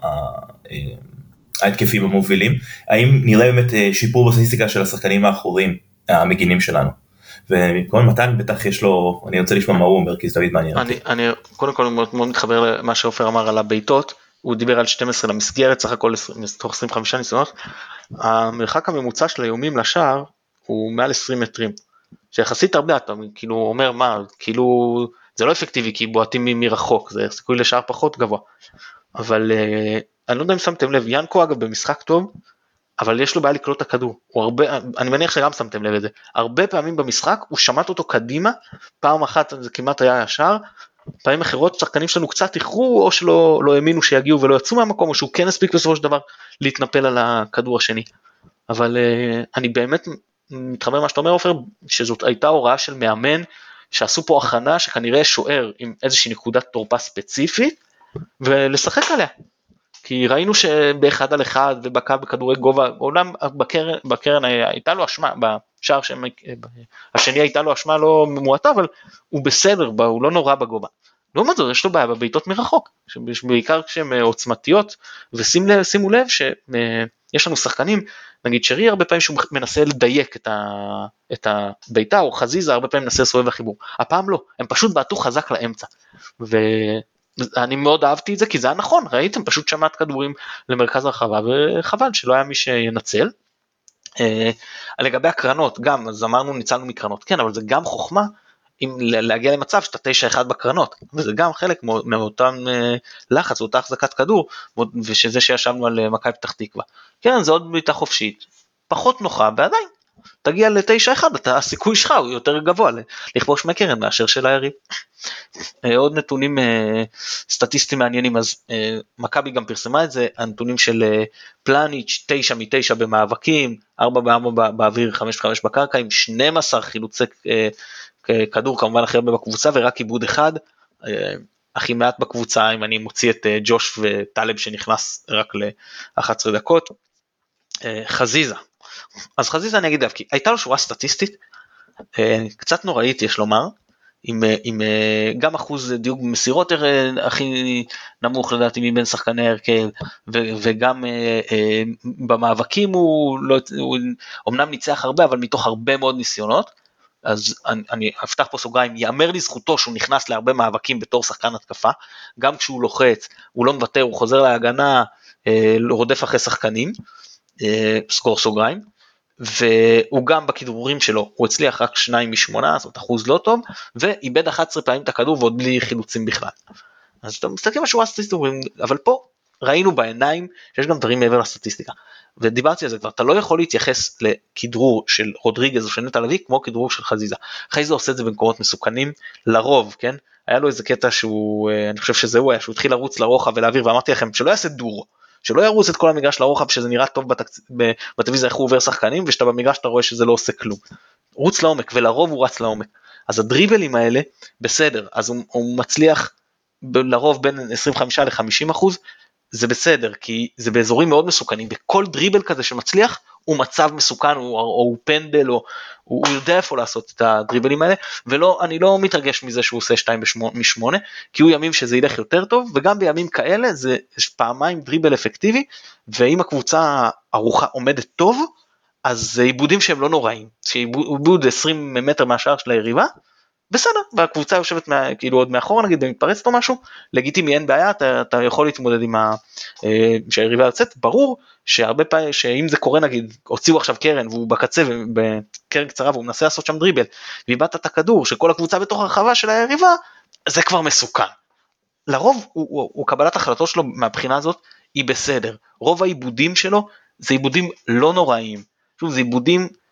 ההתקפים המובילים, האם נראה באמת שיפור בסטטיסטיקה של השחקנים האחוריים, המגינים שלנו. ומכון מתן בטח יש לו, אני רוצה לשמוע מה הוא אומר, כי זה תמיד מעניין. אני קודם כל מאוד מתחבר למה שעופר אמר על הביתות, הוא דיבר על 12 למסגרת, סך הכל תוך 25 ניסיונות, המרחק הממוצע של האיומים לשער הוא מעל 20 מטרים, שיחסית הרבה, אתה כאילו אומר מה, כאילו זה לא אפקטיבי כי בועטים מרחוק, זה סיכוי לשער פחות גבוה, אבל אני לא יודע אם שמתם לב, ינקו אגב במשחק טוב, אבל יש לו בעיה לקלוט את הכדור, אני מניח שגם שמתם לב את זה, הרבה פעמים במשחק הוא שמט אותו קדימה, פעם אחת זה כמעט היה השער, פעמים אחרות שחקנים שלנו קצת איחרו, או שלא האמינו שיגיעו ולא יצאו מהמקום, או שהוא כן הספיק בסופו של דבר להתנפל על הכדור השני. אבל אני באמת מתחבר למה שאתה אומר עופר, שזאת הייתה הוראה של מאמן, שעשו פה הכנה שכנראה שוער עם איזושהי נקודת תורפה ספציפית, ולשחק עליה. כי ראינו שבאחד על אחד ובקו בכדורי גובה, עולם בקרן הייתה לו אשמה, בשער השני הייתה לו אשמה לא מועטה, אבל הוא בסדר, הוא לא נורא בגובה. לעומת זאת, יש לו בעיה בביתות מרחוק, בעיקר כשהן עוצמתיות, ושימו לב שיש לנו שחקנים, נגיד שרי הרבה פעמים שהוא מנסה לדייק את הביתה, או חזיזה הרבה פעמים מנסה לסובב לחיבור. הפעם לא, הם פשוט בעטו חזק לאמצע, אני מאוד אהבתי את זה, כי זה היה נכון, ראיתם, פשוט שמעת כדורים למרכז הרחבה, וחבל שלא היה מי שינצל. לגבי הקרנות, גם, אז אמרנו ניצלנו מקרנות, כן, אבל זה גם חוכמה, אם להגיע למצב שאתה 9-1 בקרנות, וזה גם חלק מאותם לחץ, אותה החזקת כדור, ושזה שישבנו על מכבי פתח תקווה. כן, זה עוד בעיטה חופשית, פחות נוחה, ועדיין, תגיע ל9-1, הסיכוי שלך הוא יותר גבוה לכבוש מקרן מאשר של היריב. עוד נתונים סטטיסטיים מעניינים, אז מכבי גם פרסמה את זה, הנתונים של פלניץ' 9 מ-9 במאבקים, 4 ב-4 באוויר, 5 ו-5 בקרקע, עם 12 חילוצי כדור, כמובן הכי הרבה בקבוצה, ורק עיבוד אחד, הכי מעט בקבוצה, אם אני מוציא את ג'וש וטלב שנכנס רק ל-11 דקות. חזיזה, אז חזיזה אני אגיד, כי הייתה לו שורה סטטיסטית, קצת נוראית יש לומר, עם גם אחוז דיוק במסירות הכי נמוך לדעתי מבין שחקני הרכב, וגם במאבקים הוא אמנם ניצח הרבה, אבל מתוך הרבה מאוד ניסיונות, אז אני אפתח פה סוגריים, יאמר לזכותו שהוא נכנס להרבה מאבקים בתור שחקן התקפה, גם כשהוא לוחץ, הוא לא מוותר, הוא חוזר להגנה, רודף אחרי שחקנים, סגור סוגריים, והוא גם בכדרורים שלו, הוא הצליח רק 2 מ-8, זאת אחוז לא טוב, ואיבד 11 פעמים את הכדור, ועוד בלי חילוצים בכלל. אז אתם מסתכלים על שורה סטטיסטית, אבל פה ראינו בעיניים, שיש גם דברים מעבר לסטטיסטיקה, ודיברתי על זה כבר, אתה לא יכול להתייחס לכדרור של רודריגז או של נטע לביא, כמו כדרור של חזיזה. חזיזה עושה את זה במקומות מסוכנים, לרוב, כן? היה לו איזה קטע שהוא, אני חושב שזה הוא היה, שהוא התחיל לרוץ לרוחב ולהעביר, ואמרתי לכם, שלא יעשה דורו, שלא ירוץ את כל המגרש לרוחב, שזה נראה טוב בטלוויזיה איך הוא עובר שחקנים, ושאתה במגרש אתה רואה שזה לא עושה כלום. רוץ לעומק, ולרוב הוא רץ לעומק. אז הדריבלים האלה, בסדר, אז הוא מצליח לרוב בין 25 ל-50%, זה בסדר, כי זה באזורים מאוד מסוכנים, וכל דריבל כזה שמצליח, הוא מצב מסוכן, או הוא פנדל, או הוא יודע איפה לעשות את הדריבלים האלה, ואני לא מתרגש מזה שהוא עושה 2 מ-8, כי הוא ימים שזה ילך יותר טוב, וגם בימים כאלה, זה פעמיים דריבל אפקטיבי, ואם הקבוצה ערוכה עומדת טוב, אז זה עיבודים שהם לא נוראים, שעיבוד 20 מטר מהשער של היריבה, בסדר, והקבוצה יושבת כאילו עוד מאחורה נגיד, ומתפרצת או משהו, לגיטימי אין בעיה, אתה יכול להתמודד עם שהיריבה יוצאת, ברור שהרבה פעמים, שאם זה קורה נגיד, הוציאו עכשיו קרן, והוא בקצה, בקרן קצרה, והוא מנסה לעשות שם דריבל, ואיבדת את הכדור, שכל הקבוצה בתוך הרחבה של היריבה, זה כבר מסוכן. לרוב, הוא קבלת החלטות שלו מהבחינה הזאת, היא בסדר, רוב העיבודים שלו, זה עיבודים לא נוראים, שוב, זה עיבודים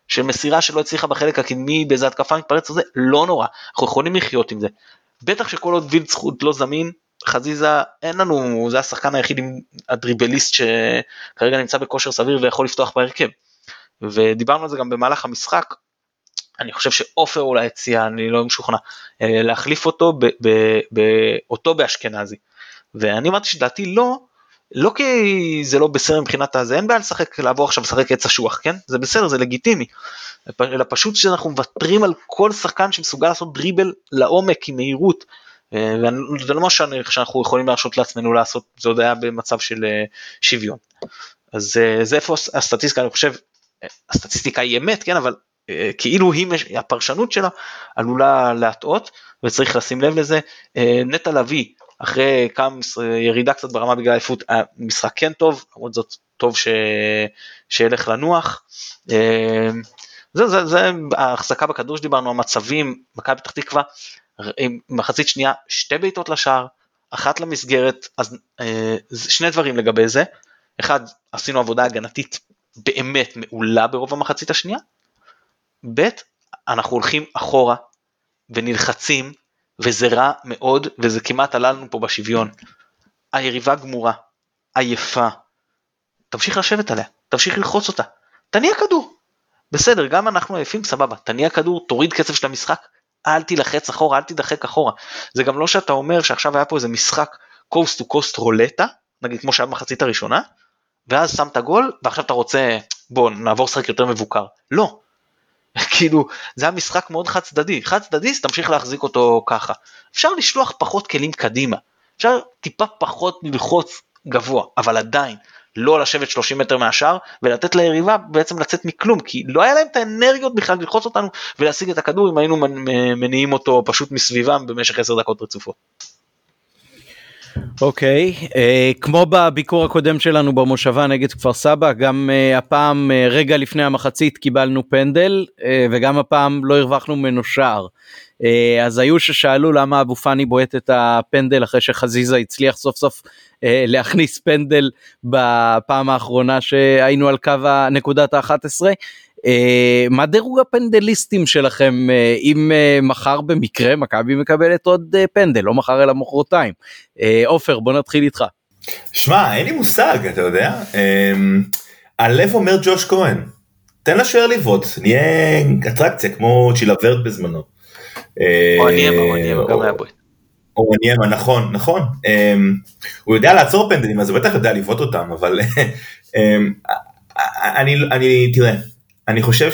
של מסירה שלא הצליחה בחלק הקדמי באיזה התקפה מתפרץ הזה, לא נורא, אנחנו יכולים לחיות עם זה, בטח שכל עוד וילד זכות לא זמין, חזיזה אין לנו, זה השחקן היחיד עם הדריבליסט שכרגע נמצא בכושר סביר ויכול לפתוח בהרכב, ודיברנו על זה גם במהלך המשחק, אני חושב שאופר אולי הציע, אני לא משוכנע, להחליף אותו באשכנזי, ואני אמרתי שדעתי לא כי זה לא בסדר מבחינת הזה, אין בעיה לשחק, לעבור עכשיו לשחק עץ אשוח, כן? זה בסדר, זה לגיטימי, אלא פשוט שאנחנו מוותרים על כל שחקן שמסוגל לעשות דריבל לעומק עם מהירות, וזה לא מה שאנחנו יכולים להרשות לעצמנו לעשות, זה עוד היה במצב של שוויון. אז זה איפה הסטטיסטיקה, אני חושב, הסטטיסטיקה היא אמת, כן? אבל כאילו הפרשנות שלה עלולה להטעות, וצריך לשים לב לזה. נטע לביא, אחרי כמה ירידה קצת ברמה בגלל עייפות, המשחק כן טוב, למרות זאת טוב שילך לנוח. זה ההחזקה בכדור שדיברנו, המצבים, מכבי פתח תקווה, מחצית שנייה, 2 בעיטות לשער, 1 למסגרת, אז שני דברים לגבי זה, אחד, עשינו עבודה הגנתית באמת מעולה ברוב המחצית השנייה, ב', אנחנו הולכים אחורה ונלחצים, וזה רע מאוד, וזה כמעט עלה לנו פה בשוויון. היריבה גמורה, עייפה, תמשיך לשבת עליה, תמשיך ללחוץ אותה, תניע כדור, בסדר, גם אנחנו עייפים, סבבה, תניע כדור, תוריד קצב של המשחק, אל תלחץ אחורה, אל תדחק אחורה, זה גם לא שאתה אומר שעכשיו היה פה איזה משחק קוסט טו קוסט רולטה, נגיד כמו שהיה במחצית הראשונה, ואז שמת גול, ועכשיו אתה רוצה, בוא נעבור שחק יותר מבוקר, לא, כאילו, זה היה משחק מאוד חד צדדי, אז תמשיך להחזיק אותו ככה, אפשר לשלוח פחות כלים קדימה, אפשר טיפה פחות ללחוץ גבוה, אבל עדיין, לא לשבת 30 מטר מהשאר, ולתת ליריבה בעצם לצאת מכלום, כי לא היה להם את האנרגיות בכלל ללחוץ אותנו, ולהשיג את הכדור אם היינו מניעים אותו פשוט מסביבם, במשך 10 דקות רצופות. אוקיי, כמו בביקור הקודם שלנו במושבה נגד כפר סבא, גם הפעם רגע לפני המחצית קיבלנו פנדל, וגם הפעם לא הרווחנו ממנו שער. אז היו ששאלו למה אבו פאני בועט את הפנדל אחרי שחזיזה הצליח סוף סוף להכניס פנדל בפעם האחרונה שהיינו על קו נקודת ה-11. מה דירוג הפנדליסטים שלכם אם מחר במקרה מכבי מקבלת עוד פנדל, לא מחר אלא מחרתיים? עופר, בוא נתחיל איתך. שמע, אין לי מושג, אתה יודע, הלב אומר ג'וש כהן, תן לה שוער לבעוט, נהיה אטרקציה כמו צ'ילאברט בזמנו. או אניאמה, גם היה בועט. או אניאמה, נכון, הוא יודע לעצור פנדלים, אז הוא בטח יודע לבעוט אותם, אבל תראה, אני חושב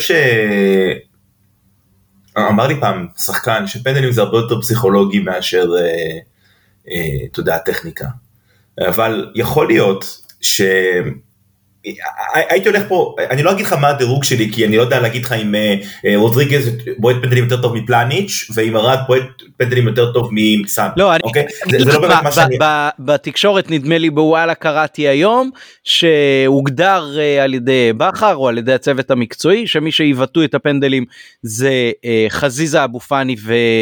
אמר לי פעם שחקן שפנדלים זה הרבה יותר פסיכולוגי מאשר, אתה יודע, טכניקה. אבל יכול להיות הייתי הולך פה, אני לא אגיד לך מה הדירוג שלי, כי אני לא יודע להגיד לך אם רודריגז בועט פנדלים יותר טוב מפלניץ', ואם ארד בועט פנדלים יותר טוב מסאן. לא, זה לא באמת מה שאני... בתקשורת נדמה לי בוואלה קראתי היום, שהוגדר על ידי בחר, או על ידי הצוות המקצועי, שמי שיבטאו את הפנדלים זה חזיזה, אבו פאני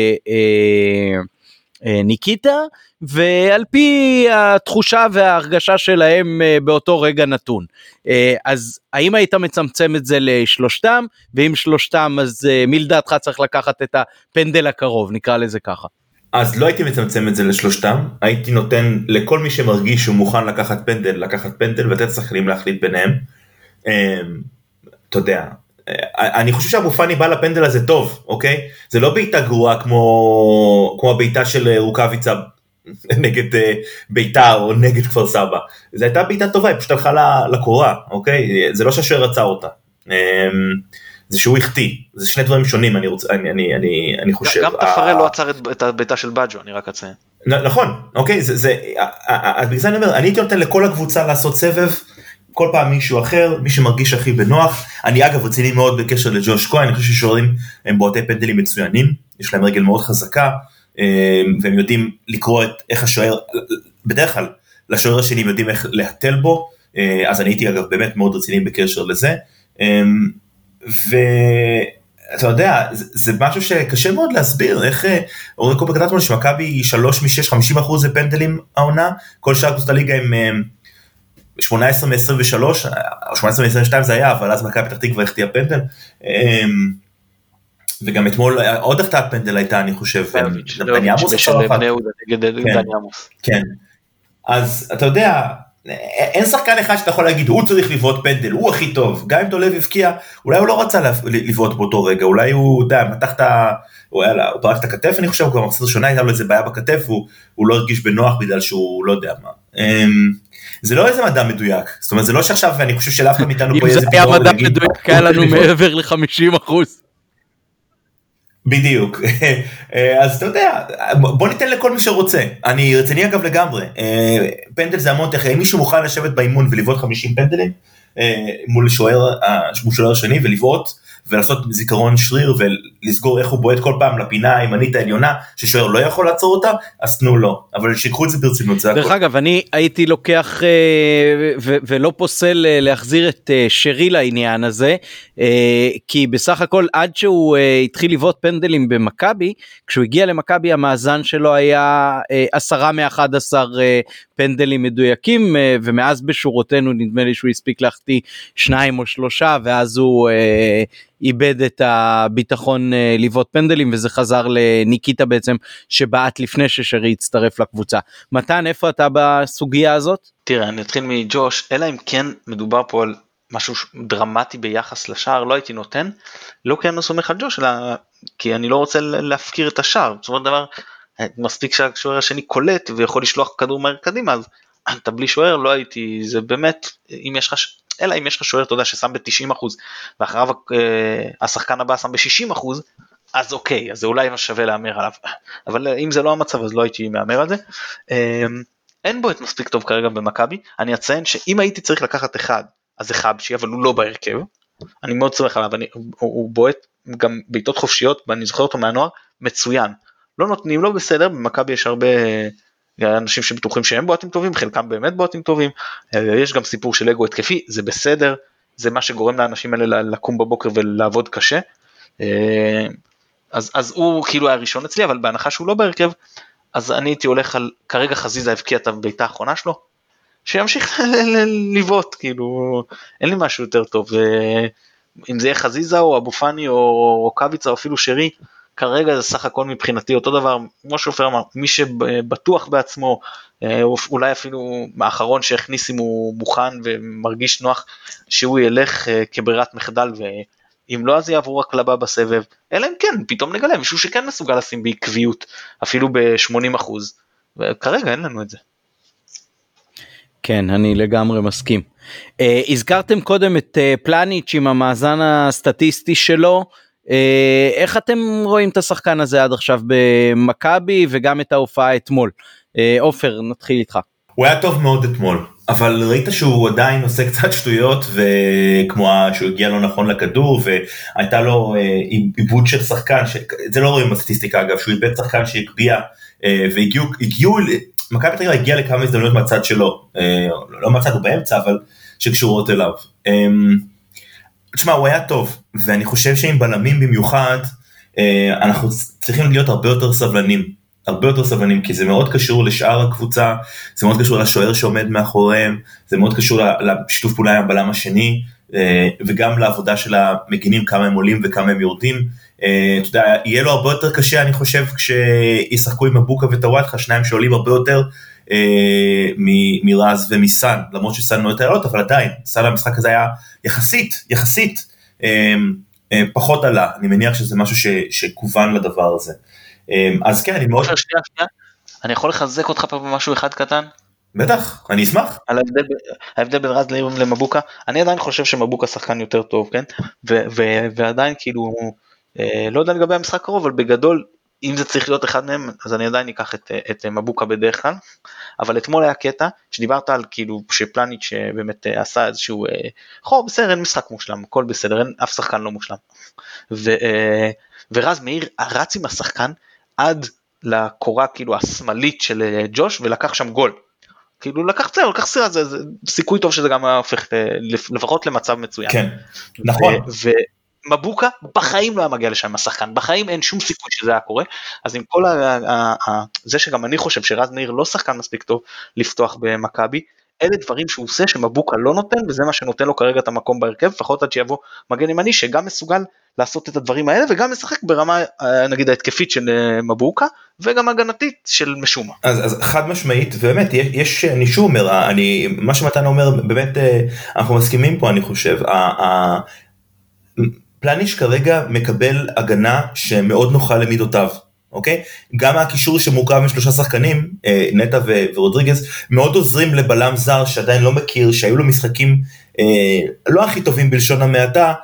ניקיטה, ועל פי התחושה וההרגשה שלהם באותו רגע נתון. אז האם היית מצמצם את זה לשלושתם, ואם שלושתם אז מי לדעתך צריך לקחת את הפנדל הקרוב, נקרא לזה ככה? אז לא הייתי מצמצם את זה לשלושתם, הייתי נותן לכל מי שמרגיש שהוא מוכן לקחת פנדל, ולתת שחקנים להחליט ביניהם. אתה יודע, אני חושב שאבו פאני בא לפנדל הזה טוב, אוקיי? זה לא בעיטה גרועה כמו הבעיטה של רוקאביצה נגד ביתר או נגד כפר סבא. זו הייתה בעיטה טובה, היא פשוט הלכה לקורה, אוקיי? זה לא שהשוער רצה אותה. זה שהוא החטיא, זה שני דברים שונים, אני חושב. גם תפארל לא עצר את הביתה של בג'ו, אני רק אציין. נכון, אוקיי, בגלל זה אני אומר, אני הייתי נותן לכל הקבוצה לעשות סבב, כל פעם מישהו אחר, מי שמרגיש הכי בנוח. אני אגב רציני מאוד בקשר לג'וש כהן, אני חושב ששוערים הם בועטי פנדלים מצוינים, יש להם רגל מאוד חזקה, והם יודעים לקרוא איך השוער, בדרך כלל לשוער השני הם יודעים איך להטל בו, אז אני הייתי אגב באמת מאוד רציני בקשר לזה, ואתה יודע, זה משהו שקשה מאוד להסביר, איך אורי קופה כתבנו שמכבי 3 מ-6, 50% זה פנדלים העונה, כל שאר קבוצות הליגה הם 18 מ-23, 18 מ-22 זה היה, אבל אז מכבי פתח תקווה החטיאה פנדל, וגם אתמול עוד החטאת פנדל הייתה, אני חושב, דני עמוס של בני יהודה נגד דני עמוס. כן, אז אתה יודע, אין שחקן אחד שאתה יכול להגיד, הוא צריך לבעוט פנדל, הוא הכי טוב, גם אם דולב הבקיע, אולי הוא לא רצה לבעוט באותו רגע, אולי הוא, מתח הוא פרק את הכתף, אני חושב, הוא כבר מחסר שונה, הייתה לו איזה בעיה בכתף, הוא לא הרגיש בנוח בגלל שהוא לא יודע מה. זה לא איזה מדע מדויק, זאת אומרת, זה לא שעכשיו, ואני חושב שלאף אחד מאיתנו פה אם זה היה מדע מדויק, היה לנו מעבר ל-50%. בדיוק, אז אתה יודע, בוא ניתן לכל מי שרוצה, אני רציני אגב לגמרי, פנדל זה המון תחי, אם מישהו מוכן לשבת באימון ולבעוט 50 פנדלים, מול שוער שני ולבעוט, ולעשות זיכרון שריר ולסגור איך הוא בועט כל פעם לפינה הימנית העליונה, ששוער לא יכול לעצור אותה, אז תנו לו, אבל שיקחו את זה ברצינות, זה הכל. דרך אגב, אני הייתי לוקח ולא פוסל להחזיר את שרי לעניין הזה, כי בסך הכל עד שהוא התחיל לבעוט פנדלים במכבי, כשהוא הגיע למכבי המאזן שלו היה 10 מ-11 פנדלים מדויקים, ומאז בשורותינו נדמה לי שהוא הספיק להחטיא 2 או 3, ואז הוא איבד את הביטחון לבעוט פנדלים, וזה חזר לניקיטה בעצם, שבעט לפני ששרי הצטרף לקבוצה. מתן, איפה אתה בסוגיה הזאת? תראה, אני אתחיל מג'וש, אלא אם כן מדובר פה על משהו דרמטי ביחס לשער, לא הייתי נותן, לא כי אני לא סומך על ג'וש, אלא כי אני לא רוצה להפקיר את השער, זאת אומרת דבר, מספיק שהשוער השני קולט, ויכול לשלוח כדור מהר קדימה, אז אתה בלי שוער לא הייתי, זה באמת, אם יש לך, אלא אם יש לך שוער, אתה יודע, ששם ב-90%, ואחריו השחקן הבא שם ב-60%, אז אוקיי, אז זה אולי שווה להמר עליו, אבל אם זה לא המצב, אז לא הייתי מהמר על זה. אין בו את מספיק טוב כרגע במכבי, אני אציין שאם הייתי צריך לקחת אחד, אז זה חבשי, אבל הוא לא בהרכב, אני מאוד צורך עליו, הוא בועט גם בעיטות חופשיות, ואני זוכר אותו מהנוער, מצוין, לא נותנים לו בסדר, במכבי יש הרבה אנשים שבטוחים שהם בועטים טובים, חלקם באמת בועטים טובים, יש גם סיפור של אגו התקפי, זה בסדר, זה מה שגורם לאנשים האלה לקום בבוקר ולעבוד קשה, אז הוא כאילו היה ראשון אצלי, אבל בהנחה שהוא לא בהרכב, אז אני הייתי הולך על, כרגע חזיזה הבקיע את הביתה האחרונה שלו, שימשיך לבעוט, כאילו, אין לי משהו יותר טוב, אם זה יהיה חזיזה או אבו פאני או רוקאביצה או אפילו שרי, כרגע זה סך הכל מבחינתי אותו דבר, כמו שאופר אמר, מי שבטוח בעצמו, אולי אפילו האחרון שהכניס אם הוא מוכן ומרגיש נוח, שהוא ילך כברירת מחדל, ואם לא אז יעבור רק לבא בסבב, אלא אם כן, פתאום נגלה מישהו שכן מסוגל לשים בעקביות, אפילו ב-80%, וכרגע אין לנו את זה. כן, אני לגמרי מסכים. הזכרתם קודם את פלניץ' עם המאזן הסטטיסטי שלו, איך אתם רואים את השחקן הזה עד עכשיו במכבי וגם את ההופעה אתמול? עופר, נתחיל איתך. הוא היה טוב מאוד אתמול, אבל ראית שהוא עדיין עושה קצת שטויות, וכמו שהוא הגיע לא נכון לכדור, והייתה לו עיבוד של שחקן, זה לא רואים בסטטיסטיקה אגב, שהוא איבד שחקן שהקביע, והגיעו, מכבי פתח תקווה הגיע לכמה הזדמנויות מהצד שלו, לא מהצד, הוא באמצע, אבל שקשורות אליו. תשמע, הוא היה טוב, ואני חושב שעם בלמים במיוחד, אנחנו צריכים להיות הרבה יותר סבלנים, כי זה מאוד קשור לשאר הקבוצה, זה מאוד קשור לשוער שעומד מאחוריהם, זה מאוד קשור לשיתוף פעולה עם הבלם השני, וגם לעבודה של המגינים, כמה הם עולים וכמה הם יורדים. אתה יודע, יהיה לו הרבה יותר קשה, אני חושב, כשישחקו עם מבוקה וטוואטחה, שניים שעולים הרבה יותר מרז ומסן, למרות שסן לא יותר עלות, אבל עדיין, סן המשחק הזה היה יחסית פחות עלה, אני מניח שזה משהו שכוון לדבר הזה. אז כן, אני מאוד... שנייה, אני יכול לחזק אותך פה במשהו אחד קטן? בטח, אני אשמח. על ההבדל בין רז למבוקה, אני עדיין חושב שמבוקה שחקן יותר טוב, כן? ועדיין כאילו, לא יודע לגבי המשחק קרוב, אבל בגדול, אם זה צריך להיות אחד מהם, אז אני עדיין אקח את מבוקה בדרך כלל, אבל אתמול היה קטע, שדיברת על כאילו, שפלניץ' שבאמת עשה איזשהו, בסדר, אין משחק מושלם, הכל בסדר, אין אף שחקן לא מושלם, ורז מאיר רץ עם השחקן, עד לקורה כאילו השמאלית של ג'וש, ולקח שם גול, כאילו לקח סירה, זה סיכוי טוב שזה גם הופך לפחות למצב מצוין. כן, נכון. מבוקה בחיים לא היה מגיע לשם השחקן, בחיים אין שום סיכוי שזה היה קורה, אז עם כל זה שגם אני חושב שרז מאיר לא שחקן מספיק טוב לפתוח במכבי, אלה דברים שהוא עושה שמבוקה לא נותן, וזה מה שנותן לו כרגע את המקום בהרכב, לפחות עד שיבוא מגן ימני שגם מסוגל לעשות את הדברים האלה, וגם משחק ברמה נגיד ההתקפית של מבוקה, וגם הגנתית של משומה. אז חד משמעית, ובאמת יש, אני שוב אומר, מה שמתן אומר, באמת אנחנו מסכימים פה, אני חושב, פלניץ' כרגע מקבל הגנה שמאוד נוחה למידותיו, אוקיי? גם הקישור שמורכב משלושה שחקנים, נטע ורודריגז, מאוד עוזרים לבלם זר שעדיין לא מכיר, שהיו לו משחקים לא הכי טובים בלשון המעטה,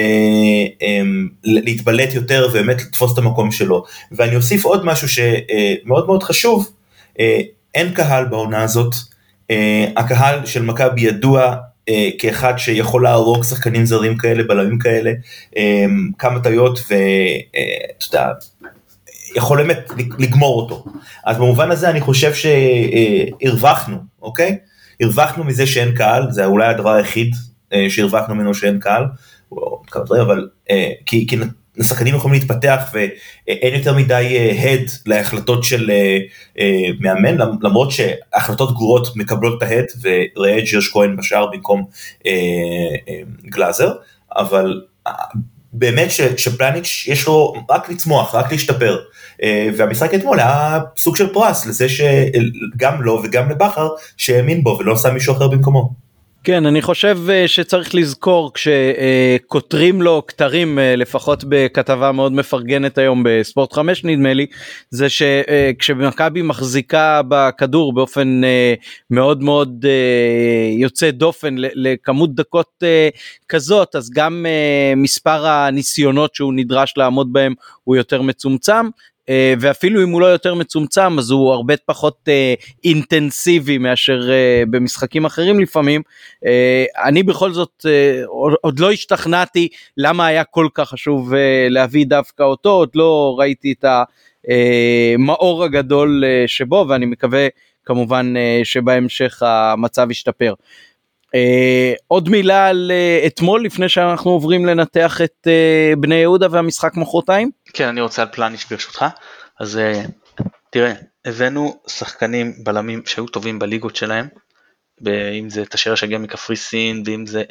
להתבלט יותר ובאמת לתפוס את המקום שלו. ואני אוסיף עוד משהו שמאוד מאוד חשוב, אין קהל בעונה הזאת, הקהל של מכבי ידוע כאחד שיכול להרוג שחקנים זרים כאלה, בלמים כאלה, כמה טעויות ואתה יודע, יכול באמת לגמור אותו. אז במובן הזה אני חושב שהרווחנו, אוקיי? הרווחנו מזה שאין קהל, זה אולי הדבר היחיד שהרווחנו ממנו שאין קהל, אבל כי השחקנים יכולים להתפתח ואין יותר מדי הד להחלטות של מאמן, למרות שהחלטות גרועות מקבלות את ההד וראה את ג'רש כהן בשער במקום גלאזר, אבל באמת שפלניץ' יש לו רק לצמוח, רק להשתפר, והמשחק אתמול היה סוג של פרס לזה שגם לו וגם לבחר שהאמין בו ולא עשה מישהו אחר במקומו. כן, אני חושב שצריך לזכור כשכותרים לו כתרים, לפחות בכתבה מאוד מפרגנת היום בספורט 5 נדמה לי, זה שכשמכבי מחזיקה בכדור באופן מאוד מאוד יוצא דופן לכמות דקות כזאת, אז גם מספר הניסיונות שהוא נדרש לעמוד בהם הוא יותר מצומצם, ואפילו אם הוא לא יותר מצומצם אז הוא הרבה פחות אינטנסיבי מאשר במשחקים אחרים לפעמים. אני בכל זאת עוד לא השתכנעתי למה היה כל כך חשוב להביא דווקא אותו, עוד לא ראיתי את המאור הגדול שבו, ואני מקווה כמובן שבהמשך המצב ישתפר. עוד מילה על אתמול לפני שאנחנו עוברים לנתח את בני יהודה והמשחק מחרתיים? כן, אני רוצה על פלניץ' ברשותך. אז תראה, הבאנו שחקנים בלמים שהיו טובים בליגות שלהם, אם זה תשאיר שהגיע מקפריסין, ואם זה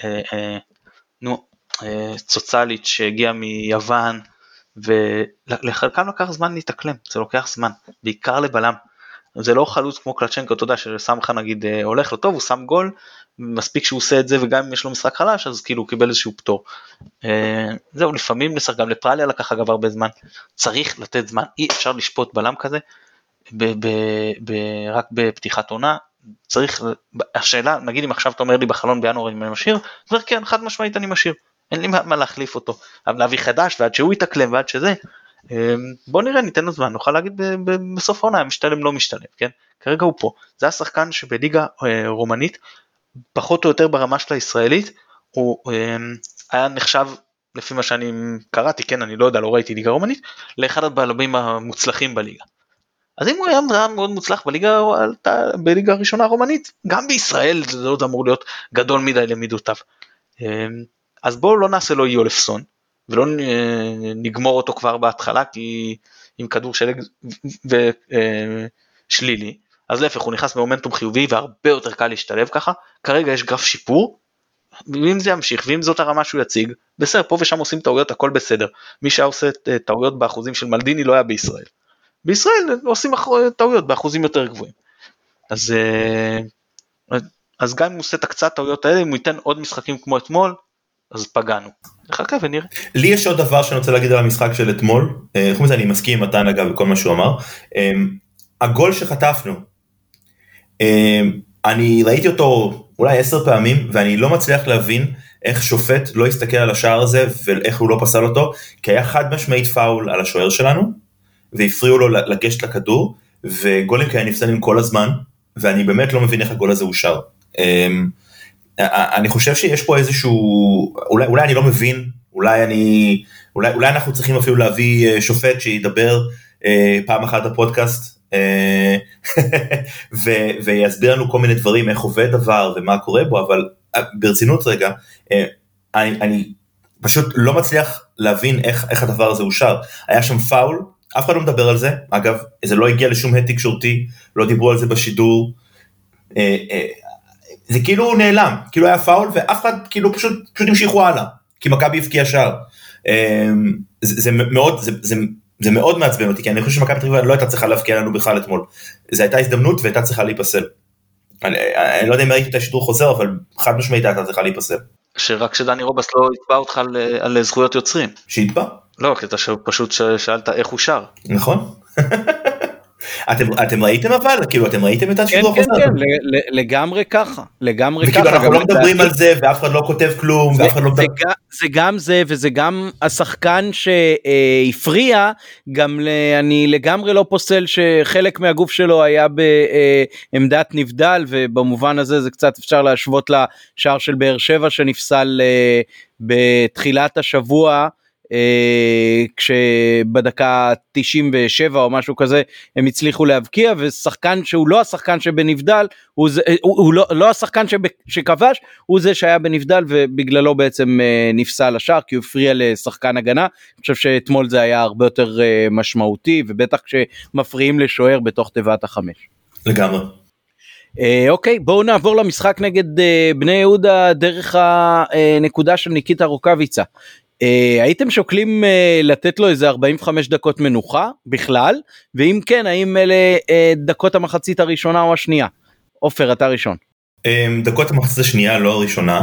צוצליץ' שהגיע מיוון, ולחלקם לקח זמן להתאקלם, זה לוקח זמן, בעיקר לבלם. זה לא חלוץ כמו קלצ'נקו, אתה יודע, ששם לך נגיד הולך לו טוב, הוא שם גול, מספיק שהוא עושה את זה, וגם אם יש לו משחק חלש, אז כאילו הוא קיבל איזשהו פטור. זהו, לפעמים לשחק, גם לפרליה לקח אגב הרבה זמן, צריך לתת זמן, אי אפשר לשפוט בלם כזה, רק בפתיחת עונה, צריך, השאלה, נגיד אם עכשיו אתה אומר לי בחלון בינואר אני משאיר, אומר כן, חד משמעית אני משאיר, אין לי מה להחליף אותו, אבל להביא חדש, ועד שהוא יתקלם, ועד שזה, בוא נראה, ניתן לו זמן, נוכל להגיד בסוף העונה, משתלם לא משתלם, כן? כרגע הוא פה, זה השחקן שבליגה רומנית, פחות או יותר ברמה של הישראלית, הוא היה נחשב, לפי מה שאני קראתי, כן, אני לא יודע, לא ראיתי ליגה רומנית, לאחד הבלמים המוצלחים בליגה. אז אם הוא היה מאוד מוצלח בליגה הראשונה הרומנית, גם בישראל זה לא אמור להיות גדול מדי למידותיו. אז בואו לא נעשה לו יולפסון, ולא נגמור אותו כבר בהתחלה, כי עם כדור שלג ושלילי, אז להפך, הוא נכנס במומנטום חיובי, והרבה יותר קל להשתלב ככה, כרגע יש גרף שיפור, ואם זה ימשיך, ואם זאת הרמה שהוא יציג, בסדר, פה ושם עושים טעויות, הכל בסדר, מי שעושה טעויות באחוזים של מלדיני לא היה בישראל, בישראל עושים טעויות באחוזים יותר גבוהים, אז גם אם הוא עושה את הקצת טעויות האלה, אם הוא ייתן עוד משחקים כמו אתמול, אז פגענו, נחכה ונראה. לי יש עוד דבר שאני רוצה להגיד על המשחק של אתמול, חוץ מזה אני מסכים עם מתן אגב וכל מה שהוא אמר, הגול שחטפנו, אני ראיתי אותו אולי 10 פעמים, ואני לא מצליח להבין איך שופט לא הסתכל על השער הזה, ואיך הוא לא פסל אותו, כי היה חד משמעית פאול על השוער שלנו, והפריעו לו לגשת לכדור, וגולים כאלה נפסלים כל הזמן, ואני באמת לא מבין איך הגול הזה אושר. אני חושב שיש פה איזשהו, אולי אני לא מבין, אולי אנחנו צריכים אפילו להביא שופט שידבר פעם אחת בפודקאסט, ויסביר לנו כל מיני דברים, איך עובד דבר ומה קורה בו, אבל ברצינות רגע, אני פשוט לא מצליח להבין איך הדבר הזה אושר. היה שם פאול, אף אחד לא מדבר על זה, אגב, זה לא הגיע לשום הד תקשורתי, לא דיברו על זה בשידור, זה כאילו נעלם, כאילו היה פאול, ואף אחד כאילו פשוט המשיכו הלאה, כי מכבי הבקיע שער. זה מאוד מעצבן אותי, כי אני חושב שמכבי פתח תקווה לא הייתה צריכה להבקיע לנו בכלל אתמול. זו הייתה הזדמנות והייתה צריכה להיפסל. אני לא יודע אם ראיתי את השידור חוזר, אבל חד משמעית הייתה צריכה להיפסל. שרק שדני רובס לא יתבע אותך על זכויות יוצרים. שיתבע? לא, כי אתה פשוט שאלת איך הוא שר. נכון. אתם ראיתם אבל? כאילו אתם ראיתם את השידור החוזר? כן, לגמרי ככה, לגמרי ככה. וכאילו אנחנו לא מדברים על זה, ואף אחד לא כותב כלום, ואף אחד לא מדבר... זה גם זה, וזה גם השחקן שהפריע, גם אני לגמרי לא פוסל שחלק מהגוף שלו היה בעמדת נבדל, ובמובן הזה זה קצת אפשר להשוות לשער של באר שבע שנפסל בתחילת השבוע, כשבדקה 97 או משהו כזה הם הצליחו להבקיע, ושחקן שהוא לא השחקן שבנבדל, הוא לא השחקן שכבש, הוא זה שהיה בנבדל ובגללו בעצם נפסל השער, כי הוא הפריע לשחקן הגנה. אני חושב שאתמול זה היה הרבה יותר משמעותי, ובטח כשמפריעים לשוער בתוך תיבת החמש. לגמרי. אוקיי, בואו נעבור למשחק נגד בני יהודה דרך הנקודה של ניקיטה רוקאביצה. הייתם שוקלים לתת לו איזה 45 דקות מנוחה בכלל, ואם כן, האם אלה דקות המחצית הראשונה או השנייה? עופר, אתה ראשון. דקות המחצית השנייה, לא הראשונה.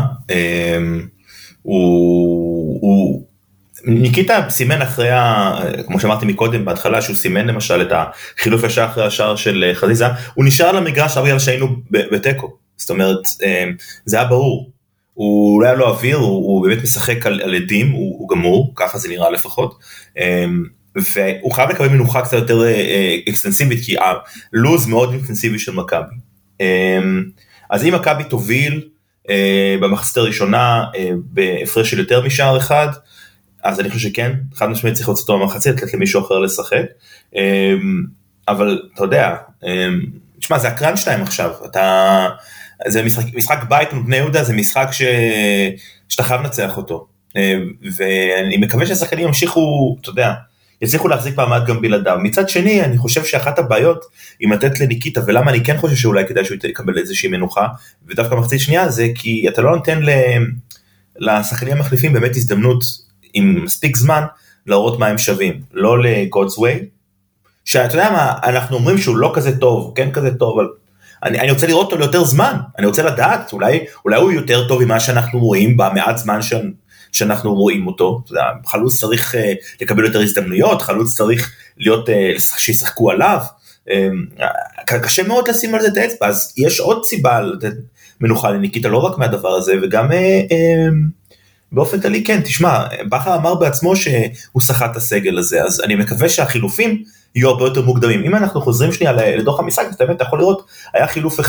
ניקיטה סימן אחרי, כמו שאמרתי מקודם בהתחלה, שהוא סימן למשל את החילוף ישר אחרי השער של חזיזה, הוא נשאר למגרש בגלל שהיינו בטקו, זאת אומרת, זה היה ברור. הוא לא היה לו אוויר, הוא באמת משחק על עדים, הוא גמור, ככה זה נראה לפחות, והוא חייב לקבל מנוחה קצת יותר אקסטנסיבית, כי הלוז מאוד אקסטנסיבי של מכבי. אז אם מכבי תוביל במחצית הראשונה בהפרש של יותר משער אחד, אז אני חושב שכן, חד משמעית צריך להוציא אותו במחצית, לתת למישהו אחר לשחק, אבל אתה יודע, תשמע, זה הקראנץ' טיים עכשיו, זה משחק בית מבני יהודה, זה משחק שאתה חייב לנצח אותו, ואני מקווה שהשחקנים ימשיכו, אתה יודע, יצליחו להחזיק פעמד גם בלעדיו. מצד שני, אני חושב שאחת הבעיות, אם לתת לניקיטה, ולמה אני כן חושב שאולי כדאי שהוא יקבל איזושהי מנוחה, ודווקא מחצית שנייה, זה כי אתה לא נותן לשחקנים המחליפים באמת הזדמנות, עם מספיק זמן, להראות מה הם שווים, לא ל-God's way, שאתה יודע מה, אנחנו אומרים שהוא לא כזה טוב, כן כזה טוב, אבל אני רוצה לראות אותו ליותר זמן, אני רוצה לדעת, אולי הוא יותר טוב ממה שאנחנו רואים, במעט זמן שאנחנו רואים אותו, אתה יודע, חלוץ צריך לקבל יותר הזדמנויות, חלוץ צריך להיות, שישחקו עליו, קשה מאוד לשים על זה את האצבע, אז יש עוד סיבה לתת מנוחה לניקיטה, לא רק מהדבר הזה, וגם באופן כללי, כן, תשמע, בכר אמר בעצמו שהוא שחט את הסגל הזה, אז אני מקווה שהחילופים יהיו הרבה יותר מוקדמים. אם אנחנו חוזרים שנייה לדוח המשחק, אז באמת אתה יכול לראות, היה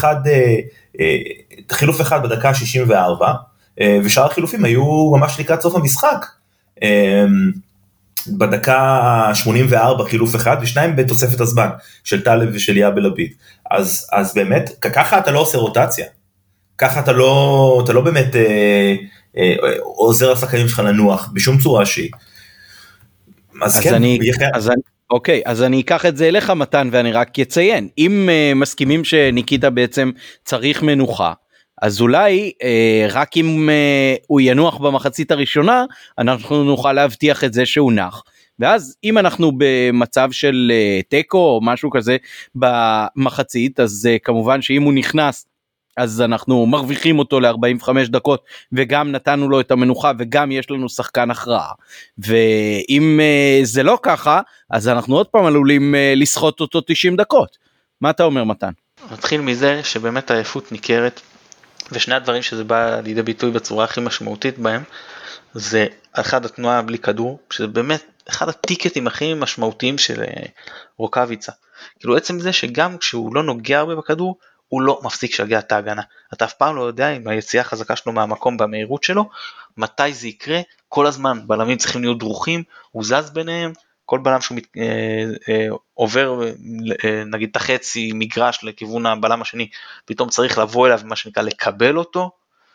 חילוף אחד בדקה 64, ושאר החילופים היו ממש לקראת סוף המשחק. בדקה 84 חילוף אחד, ושניים בתוספת הזמן, של טלב ושל יאב לביד. אז באמת, ככה אתה לא עושה רוטציה. ככה אתה לא באמת עוזר לשחקנים שלך לנוח, בשום צורה שהיא. אוקיי, אז אני אקח את זה אליך מתן, ואני רק אציין, אם מסכימים שניקיטה בעצם צריך מנוחה, אז אולי רק אם הוא ינוח במחצית הראשונה, אנחנו נוכל להבטיח את זה שהוא נח, ואז אם אנחנו במצב של טקו או משהו כזה במחצית, אז כמובן שאם הוא נכנס, אז אנחנו מרוויחים אותו ל-45 דקות, וגם נתנו לו את המנוחה, וגם יש לנו שחקן הכרעה, ואם זה לא ככה, אז אנחנו עוד פעם עלולים לסחוט אותו 90 דקות. מה אתה אומר מתן? נתחיל מזה שבאמת העייפות ניכרת, ושני הדברים שזה בא לידי ביטוי בצורה הכי משמעותית בהם, זה אחד התנועה בלי כדור, שזה באמת אחד הטיקטים הכי משמעותיים של רוקאביצה. כאילו עצם זה שגם כשהוא לא נוגע הרבה בכדור, הוא לא מפסיק לשגע את ההגנה. אתה אף פעם לא יודע אם היציאה החזקה שלו מהמקום במהירות שלו, מתי זה יקרה, כל הזמן בלמים צריכים להיות דרוכים, הוא זז ביניהם, כל בלם שהוא עובר נגיד את החצי מגרש לכיוון הבלם השני, פתאום צריך לבוא אליו מה שנקרא לקבל אותו,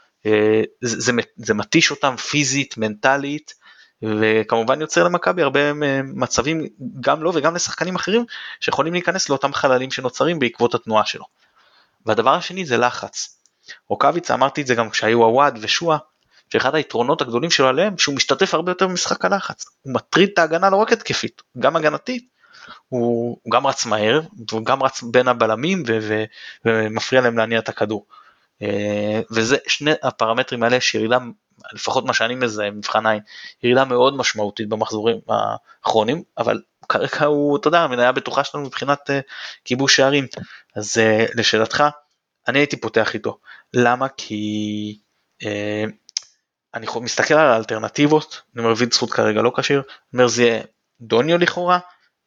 זה מתיש אותם פיזית, מנטלית, וכמובן יוצר למכבי הרבה מצבים, גם לו וגם לשחקנים אחרים, שיכולים להיכנס לאותם חללים שנוצרים בעקבות התנועה שלו. והדבר השני זה לחץ. רוקאביצה, אמרתי את זה גם כשהיו הוואד ושואה, שאחד היתרונות הגדולים שלו עליהם, שהוא משתתף הרבה יותר במשחק הלחץ, הוא מטריד את ההגנה לא רק התקפית, גם הגנתית, הוא גם רץ מהר, הוא גם רץ בין הבלמים, ומפריע להם להניע את הכדור, וזה שני הפרמטרים האלה, שירידה, לפחות מה שאני מזהה, מבחן עין, ירידה מאוד משמעותית במחזורים האחרונים, אבל כרגע הוא, אתה יודע, מניה בטוחה שלנו מבחינת כיבוש שערים, אז לשאלתך, אני הייתי פותח איתו, למה? כי אני מסתכל על האלטרנטיבות, אני אומר ויד זכות כרגע לא קשיר, אני אומר זה יהיה דוניו לכאורה,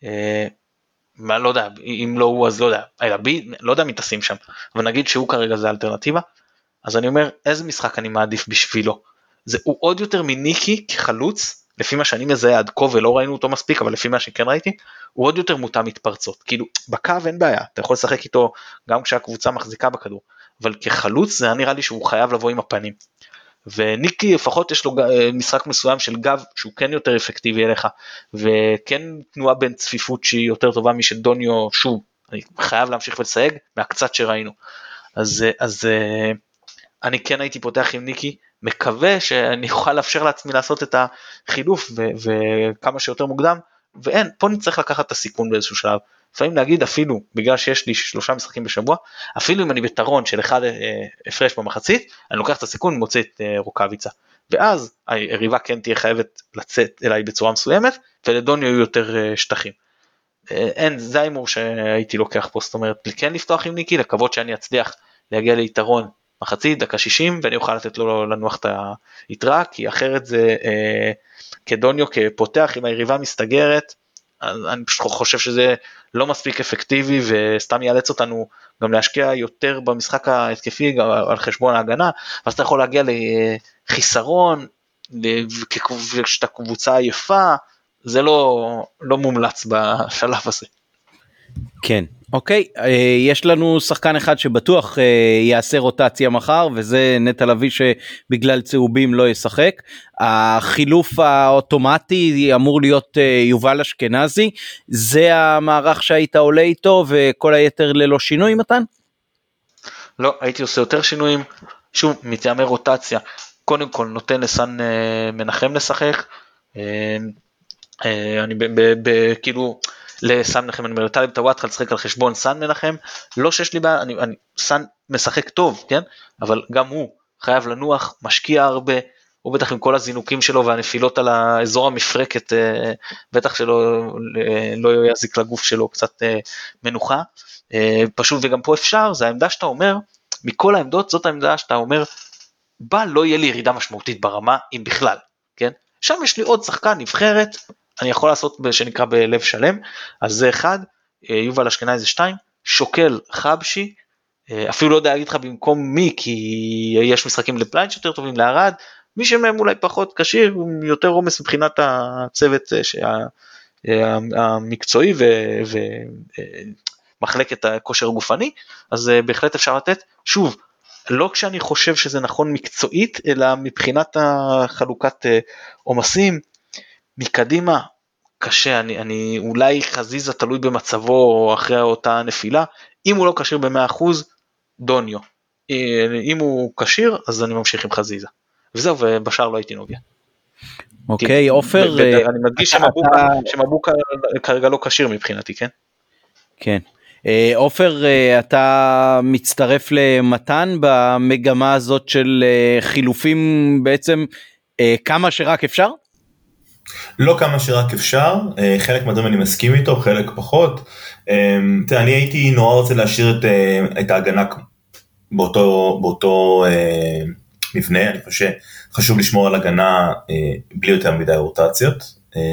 מה לא יודע, אם לא הוא אז לא יודע, לא יודע מי תשים שם, אבל נגיד שהוא כרגע זה האלטרנטיבה, אז אני אומר איזה משחק אני מעדיף בשבילו, הוא עוד יותר מניקי כחלוץ, לפי מה שאני מזהה עד כה ולא ראינו אותו מספיק, אבל לפי מה שכן ראיתי, הוא עוד יותר מותאם מתפרצות, כאילו בקו אין בעיה, אתה יכול לשחק איתו גם כשהקבוצה מחזיקה בכדור, אבל כחלוץ זה נראה לי שהוא חייב לבוא עם הפנים, וניקי לפחות יש לו משחק מסוים של גב שהוא כן יותר אפקטיבי אליך, וכן תנועה בין צפיפות שהיא יותר טובה משל דוניו, שוב, אני חייב להמשיך ולסייג מהקצת שראינו, אז אני כן הייתי פותח עם ניקי, מקווה שאני אוכל לאפשר לעצמי לעשות את החילוף וכמה שיותר מוקדם, ואין, פה נצטרך לקחת את הסיכון באיזשהו שלב, לפעמים להגיד אפילו, בגלל שיש לי 3 משחקים בשבוע, אפילו אם אני בתרון של אחד הפרש במחצית, אני לוקח את הסיכון ומוצא את רוקאביצה, ואז היריבה כן תהיה חייבת לצאת אליי בצורה מסוימת, ולדוניו יהיו יותר שטחים. אין, זה האימור שהייתי לוקח פה, זאת אומרת, כן לפתוח עם ניקי, לקוות שאני אצליח להגיע ליתרון מחצית, דקה 60, ואני אוכל לתת לו לנוח את היתרה, כי אחרת זה כדוניו כפותח, אם היריבה מסתגרת, אני פשוט חושב שזה לא מספיק אפקטיבי, וסתם יאלץ אותנו גם להשקיע יותר במשחק ההתקפי, על חשבון ההגנה, ואז אתה יכול להגיע לחיסרון, וכשאתה קבוצה עייפה, זה לא מומלץ בשלב הזה. כן, אוקיי, יש לנו שחקן אחד שבטוח יעשה רוטציה מחר, וזה נטע לביא שבגלל צהובים לא ישחק. החילוף האוטומטי אמור להיות יובל אשכנזי, זה המערך שהיית עולה איתו, וכל היתר ללא שינוי, מתן? לא, הייתי עושה יותר שינויים, שוב, מטעמי רוטציה, קודם כל נותן לסן מנחם לשחק, אני כאילו, לסן מנחם, אני אומר, טלב טוואטחה לשחק על חשבון סן מנחם, לא שיש לי בעיה, סן משחק טוב, כן? אבל גם הוא חייב לנוח, משקיע הרבה, הוא בטח עם כל הזינוקים שלו והנפילות על האזור המפרקת, בטח שלא לא יזיק לגוף שלו קצת מנוחה, פשוט וגם פה אפשר, זה העמדה שאתה אומר, מכל העמדות זאת העמדה שאתה אומר, בה לא יהיה לי ירידה משמעותית ברמה, אם בכלל, כן? שם יש לי עוד שחקן נבחרת, אני יכול לעשות שנקרא בלב שלם, אז זה אחד, יובל אשכנזי זה 2, שוקל חבשי, אפילו לא יודע להגיד לך במקום מי, כי יש משחקים לפליינט יותר טובים לערד, מי שמהם אולי פחות קשיר, יותר רומס מבחינת הצוות המקצועי ומחלקת הכושר הגופני, אז בהחלט אפשר לתת, שוב, לא כשאני חושב שזה נכון מקצועית, אלא מבחינת החלוקת עומסים, מקדימה, קשה, אני אולי חזיזה תלוי במצבו אחרי אותה נפילה, אם הוא לא קשיר ב100%, דוניו, אם הוא קשיר, אז אני ממשיך עם חזיזה, וזהו, ובשאר לא הייתי נוגע. אוקיי, עופר, אני מדגיש שמבוקה כרגע לא קשיר מבחינתי, כן? כן. עופר, אתה מצטרף למתן במגמה הזאת של חילופים בעצם כמה שרק אפשר? לא כמה שרק אפשר, חלק מהדברים אני מסכים איתו, חלק פחות. אני הייתי נורא רוצה להשאיר את ההגנה באותו מבנה, אני חושב שחשוב לשמור על הגנה בלי יותר מדי רוטציות.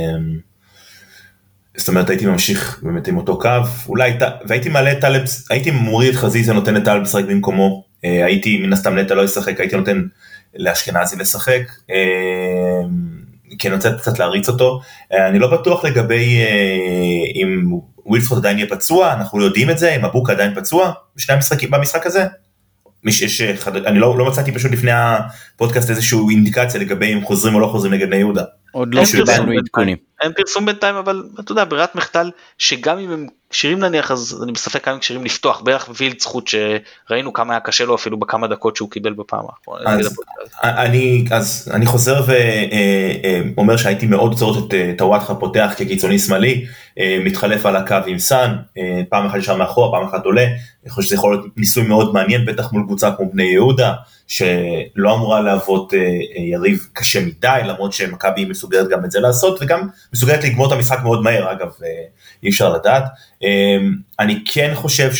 זאת אומרת, הייתי ממשיך באמת עם אותו קו, והייתי מעלה את טלב, הייתי מוריד את חזיזה, נותן את טלב לשחק במקומו, הייתי מן הסתם נטע לא ישחק, הייתי נותן לאשכנזי לשחק, כי אני רוצה קצת להריץ אותו, אני לא בטוח לגבי אם ווילפרוט עדיין יהיה פצוע, אנחנו יודעים את זה, אם מבוקה עדיין פצוע, בשני המשחקים, במשחק הזה, אני לא מצאתי פשוט לפני הפודקאסט איזושהי אינדיקציה לגבי אם חוזרים או לא חוזרים נגד בני יהודה. עוד לא קיבלנו עדכונים. אין פרסום בינתיים, אבל אתה יודע, ברירת מחדל, שגם אם הם כשירים נניח, אז אני בספק כמה כשירים לפתוח, בערך וילד זכות שראינו כמה היה קשה לו אפילו בכמה דקות שהוא קיבל בפעם האחרונה. אז אני חוזר ואומר שהייתי מאוד רוצה לראות את טוואטחה פותח כקיצוני שמאלי, מתחלף על הקו עם סאן, פעם אחת ישר מאחור, פעם אחת עולה, אני חושב שזה יכול להיות ניסוי מאוד מעניין, בטח מול קבוצה כמו בני יהודה, שלא אמורה להוות יריב קשה מדי, למרות שמכבי מסוגלת גם את זה לעשות, וגם מסוגלת לגמור את המשחק מאוד מהר, אגב, אי אפשר לדעת. אני כן חושב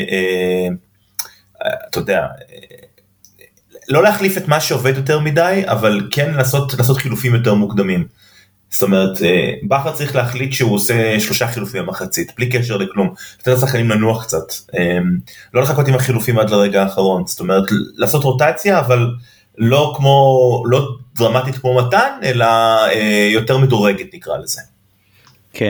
אתה יודע, לא להחליף את מה שעובד יותר מדי, אבל כן לעשות חילופים יותר מוקדמים. זאת אומרת, בכר צריך להחליט שהוא עושה 3 חילופים במחצית, בלי קשר לכלום. לתת לשחקנים לנוח קצת. לא לחכות עם החילופים עד לרגע האחרון. זאת אומרת, לעשות רוטציה, אבל לא דרמטית כמו מתן, אלא יותר מדורגת נקרא לזה. כן,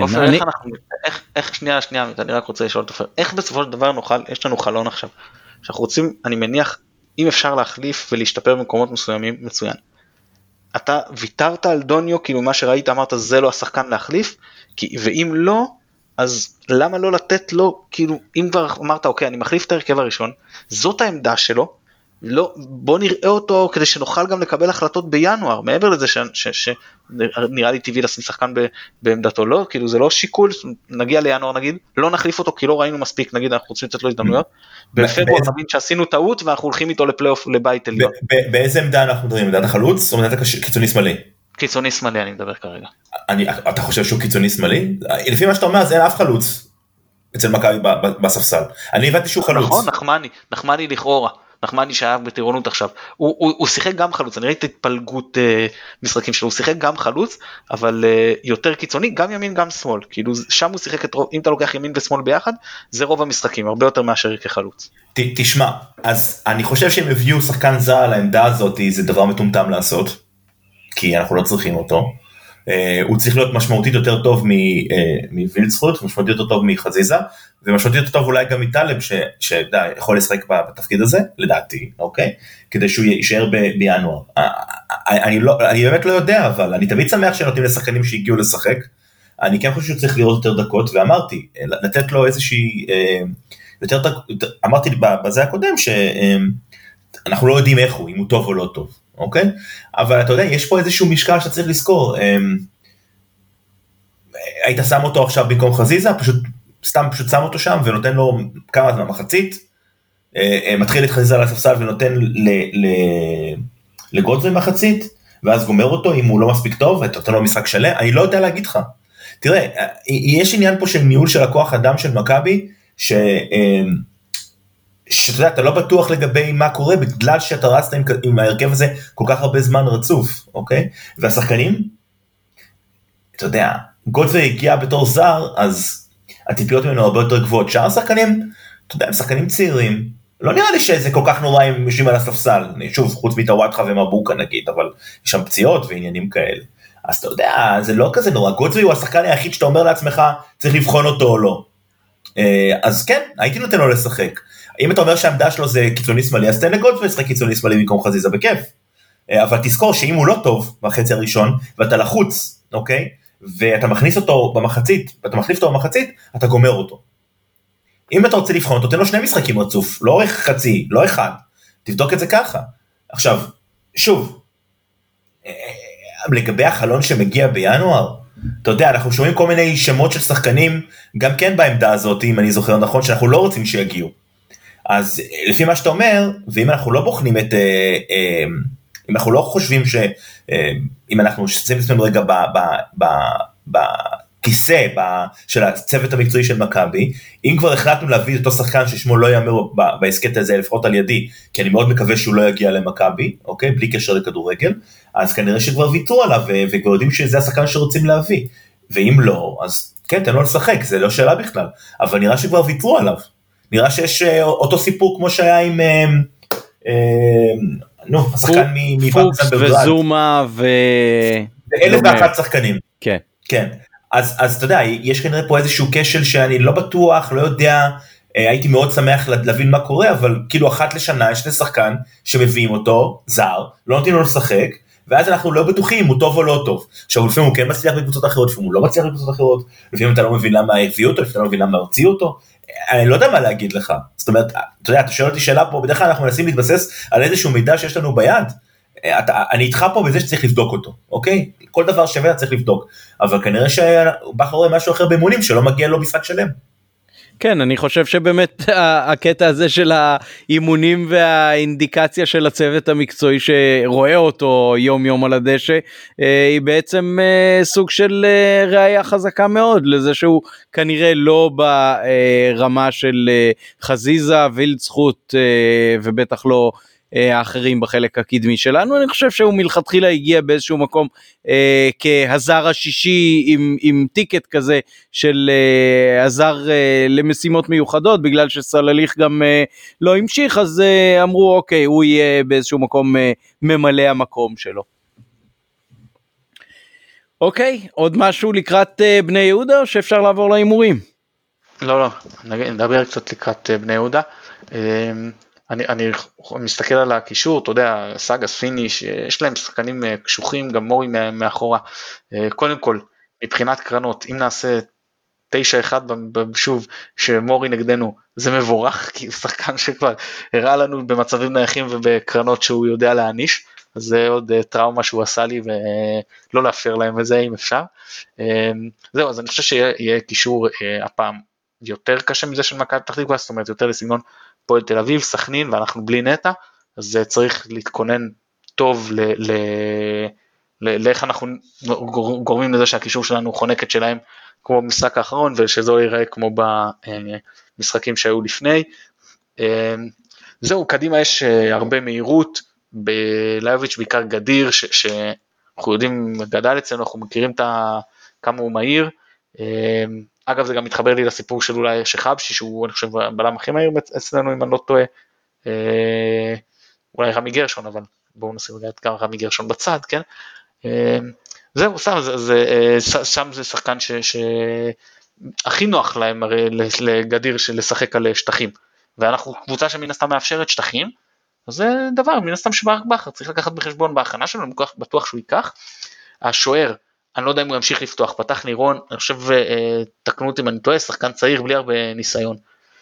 איך שנייה, אני רק רוצה לשאול את אופר, איך בסופו של דבר יש לנו חלון עכשיו, שאנחנו רוצים, אני מניח, אם אפשר להחליף ולהשתפר במקומות מסוימים, מצוין. אתה ויתרת על דוניו, כאילו מה שראית אמרת זה לא השחקן להחליף, ואם לא, אז למה לא לתת לו, כאילו אם כבר אמרת אוקיי אני מחליף את הרכב הראשון, זאת העמדה שלו, לא, בוא נראה אותו כדי שנוכל גם לקבל החלטות בינואר, מעבר לזה שנראה לי טבעי לשים שחקן בעמדתו, לא, כאילו זה לא שיקול, נגיע לינואר נגיד, לא נחליף אותו כי לא ראינו מספיק, נגיד אנחנו רוצים לתת לו הזדמנויות, בפברואר נבין שעשינו טעות ואנחנו הולכים איתו לפלייאוף לבית עליון. באיזה עמדה אנחנו מדברים, עמדת החלוץ או עמדת קיצוני שמאלי? קיצוני שמאלי אני מדבר כרגע. אתה חושב שהוא קיצוני שמאלי? לפי מה שאתה אומר זה אין אף חלוץ אצל מכבי בספסל, אני הבנתי שהוא חלוץ. נכון, נחמני לכאורה. נחמני שהיה בטירונות עכשיו, הוא שיחק גם חלוץ, אני ראיתי התפלגות משחקים שלו, הוא שיחק גם חלוץ, אבל יותר קיצוני, גם ימין גם שמאל, כאילו שם הוא שיחק את רוב, אם אתה לוקח ימין ושמאל ביחד, זה רוב המשחקים, הרבה יותר מאשר כחלוץ. תשמע, אז אני חושב שהם הביאו שחקן זר על העמדה הזאת, זה דבר מטומטם לעשות, כי אנחנו לא צריכים אותו, הוא צריך להיות משמעותית יותר טוב מווילדסחוט, משמעותית יותר טוב מחזיזה, ומשמעותית יותר טוב אולי גם מטלב, שיכול לשחק בתפקיד הזה, לדעתי, אוקיי? כדי שהוא יישאר בינואר. אני באמת לא יודע, אבל אני תמיד שמח שנותנים לשחקנים שהגיעו לשחק, אני כן חושב שהוא צריך לראות יותר דקות, ואמרתי, לתת לו איזושהי, אמרתי בזה הקודם, שאנחנו לא יודעים איך הוא, אם הוא טוב או לא טוב. אוקיי? אבל אתה יודע, יש פה איזשהו משקל שאתה צריך לזכור. היית שם אותו עכשיו במקום חזיזה, פשוט שם אותו שם ונותן לו כמה זמן, מחצית, מתחיל את חזיזה לספסל ונותן לגודרי מחצית, ואז גומר אותו אם הוא לא מספיק טוב, ואתה נותן לו משחק שלם, אני לא יודע להגיד לך. תראה, יש עניין פה של ניהול של הכוח אדם של מכבי, שאתה יודע, אתה לא בטוח לגבי מה קורה, בגלל שאתה רצת עם ההרכב הזה כל כך הרבה זמן רצוף, אוקיי? והשחקנים, אתה יודע, גודרי הגיע בתור זר, אז הטיפיות ממנו הרבה יותר גבוהות. שאר השחקנים, אתה יודע, הם שחקנים צעירים, לא נראה לי שזה כל כך נורא אם יושבים על הספסל, שוב, חוץ מטוואטחה ומבוקה נגיד, אבל יש שם פציעות ועניינים כאלה. אז אתה יודע, זה לא כזה נורא, גודרי הוא השחקן היחיד שאתה אומר לעצמך, צריך לבחון אותו או לא. אז כן, הייתי נותן לו לשחק. אם אתה אומר שהעמדה שלו זה קיצוני שמאלי, אז תן לגודרי לשחק קיצוני שמאלי במקום חזיזה בכיף. אבל תזכור שאם הוא לא טוב בחצי הראשון, ואתה לחוץ, אוקיי? ואתה מכניס אותו במחצית, ואתה מחליף אותו במחצית, אתה גומר אותו. אם אתה רוצה לבחון אותו, תן לו 2 משחקים רצוף, לא חצי, לא אחד. תבדוק את זה ככה. עכשיו, שוב, לגבי החלון שמגיע בינואר, אתה יודע, אנחנו שומעים כל מיני שמות של שחקנים, גם כן בעמדה הזאת, אם אני זוכר נכון, שאנחנו לא רוצים שיגיעו. אז לפי מה שאתה אומר, ואם אנחנו לא בוחנים את, אם אנחנו לא חושבים אם אנחנו שמים את עצמנו רגע בכיסא של הצוות המקצועי של מכבי, אם כבר החלטנו להביא אותו שחקן ששמו לא יאמר בעסקת הזה, לפחות על ידי, כי אני מאוד מקווה שהוא לא יגיע למכבי, אוקיי? בלי קשר לכדורגל, אז כנראה שכבר ויתרו עליו, וכבר יודעים שזה השחקן שרוצים להביא, ואם לא, אז כן, תן לו לשחק, זה לא שאלה בכלל, אבל נראה שכבר ויתרו עליו, נראה שיש אותו סיפור כמו שהיה עם, השחקן פוקס וזומה ואלף ואחת שחקנים. כן. כן. אז אתה יודע, יש כנראה פה איזשהו כשל שאני לא בטוח, לא יודע, הייתי מאוד שמח להבין מה קורה, אבל כאילו אחת לשנה יש לשחקן שמביאים אותו, זר, לא נותנים לו לשחק, ואז אנחנו לא בטוחים אם הוא טוב או לא טוב. עכשיו לפעמים הוא כן מצליח בקבוצות אחרות, לפעמים הוא לא מצליח בקבוצות אחרות, לפעמים אתה לא מבין למה הביאו אותו, לפעמים אתה לא מבין למה הוציאו אותו, אני לא יודע מה להגיד לך. זאת אומרת, אתה יודע, אתה שואל אותי שאלה פה, בדרך כלל אנחנו מנסים להתבסס על איזשהו מידע שיש לנו ביד, אני איתך פה בזה שצריך לבדוק אותו, אוקיי? כל דבר שווה צריך לבדוק, אבל כנראה שבכר רואה משהו אחר באימונים שלא מגיע לו משחק שלם. כן, אני חושב שבאמת הקטע הזה של האימונים והאינדיקציה של הצוות המקצועי שרואה אותו יום יום על הדשא, היא בעצם סוג של ראייה חזקה מאוד לזה שהוא כנראה לא ברמה של חזיזה, וילדסחוט ובטח לא האחרים בחלק הקדמי שלנו. אני חושב שהוא מלכתחילה הגיע באיזשהו מקום כהזר השישי עם טיקט כזה של הזר למשימות מיוחדות, בגלל שסלליך גם לא המשיך, אז אמרו אוקיי, הוא יהיה באיזשהו מקום ממלא המקום שלו. אוקיי, עוד משהו לקראת בני יהודה, או שאפשר לעבור להימורים? לא, נדבר קצת לקראת בני יהודה. אני מסתכל על הקישור, אתה יודע, סאגס, פיניש, יש להם שחקנים קשוחים, גם מורי מאחורה. קודם כל, מבחינת קרנות, אם נעשה 9-1 שוב, שמורי נגדנו, זה מבורך, כי הוא שחקן שכבר הראה לנו במצבים נייחים ובקרנות שהוא יודע להניש, אז זה עוד טראומה שהוא עשה לי, ולא לאפשר להם את זה אם אפשר. זהו, אז אני חושב שיהיה קישור הפעם יותר קשה מזה של מכבי פתח תקווה, זאת אומרת יותר לסגנון פועל תל אביב, סכנין, ואנחנו בלי נטע, אז צריך להתכונן טוב לאיך אנחנו גורמים לזה שהקישור שלנו חונק את שלהם כמו במשחק האחרון, ושזו ייראה כמו במשחקים שהיו לפני. זהו, קדימה יש הרבה מהירות, בלייביץ' בעיקר גדיר, שאנחנו יודעים, גדל אצלנו, אנחנו מכירים כמה הוא מהיר. אגב, זה גם מתחבר לי לסיפור של אולי שחבשי, שהוא אני חושב בלם הכי מהיר אצלנו, אם אני לא טועה, אולי רמי גרשון, אבל בואו נשים רגע גם רמי גרשון בצד, כן? זהו, שם זה שחקן הכי נוח להם הרי לגדיר לשחק על שטחים, ואנחנו קבוצה שמן הסתם מאפשרת שטחים, אז זה דבר, מן הסתם שברק בכר צריך לקחת בחשבון בהכנה שלנו, בטוח שהוא ייקח. השוער, אני לא יודע אם הוא ימשיך לפתוח, פתח נירון, אני חושב, תקנו אותי אם אני טועה, שחקן צעיר בלי הרבה ניסיון.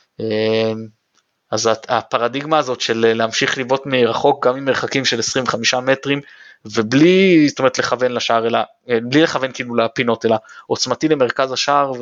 אז הפרדיגמה הזאת של להמשיך לבעוט מרחוק, גם עם מרחקים של 25 מטרים, ובלי, זאת אומרת, לכוון לשער, אלא, בלי לכוון כאילו לפינות, אלא עוצמתי למרכז השער,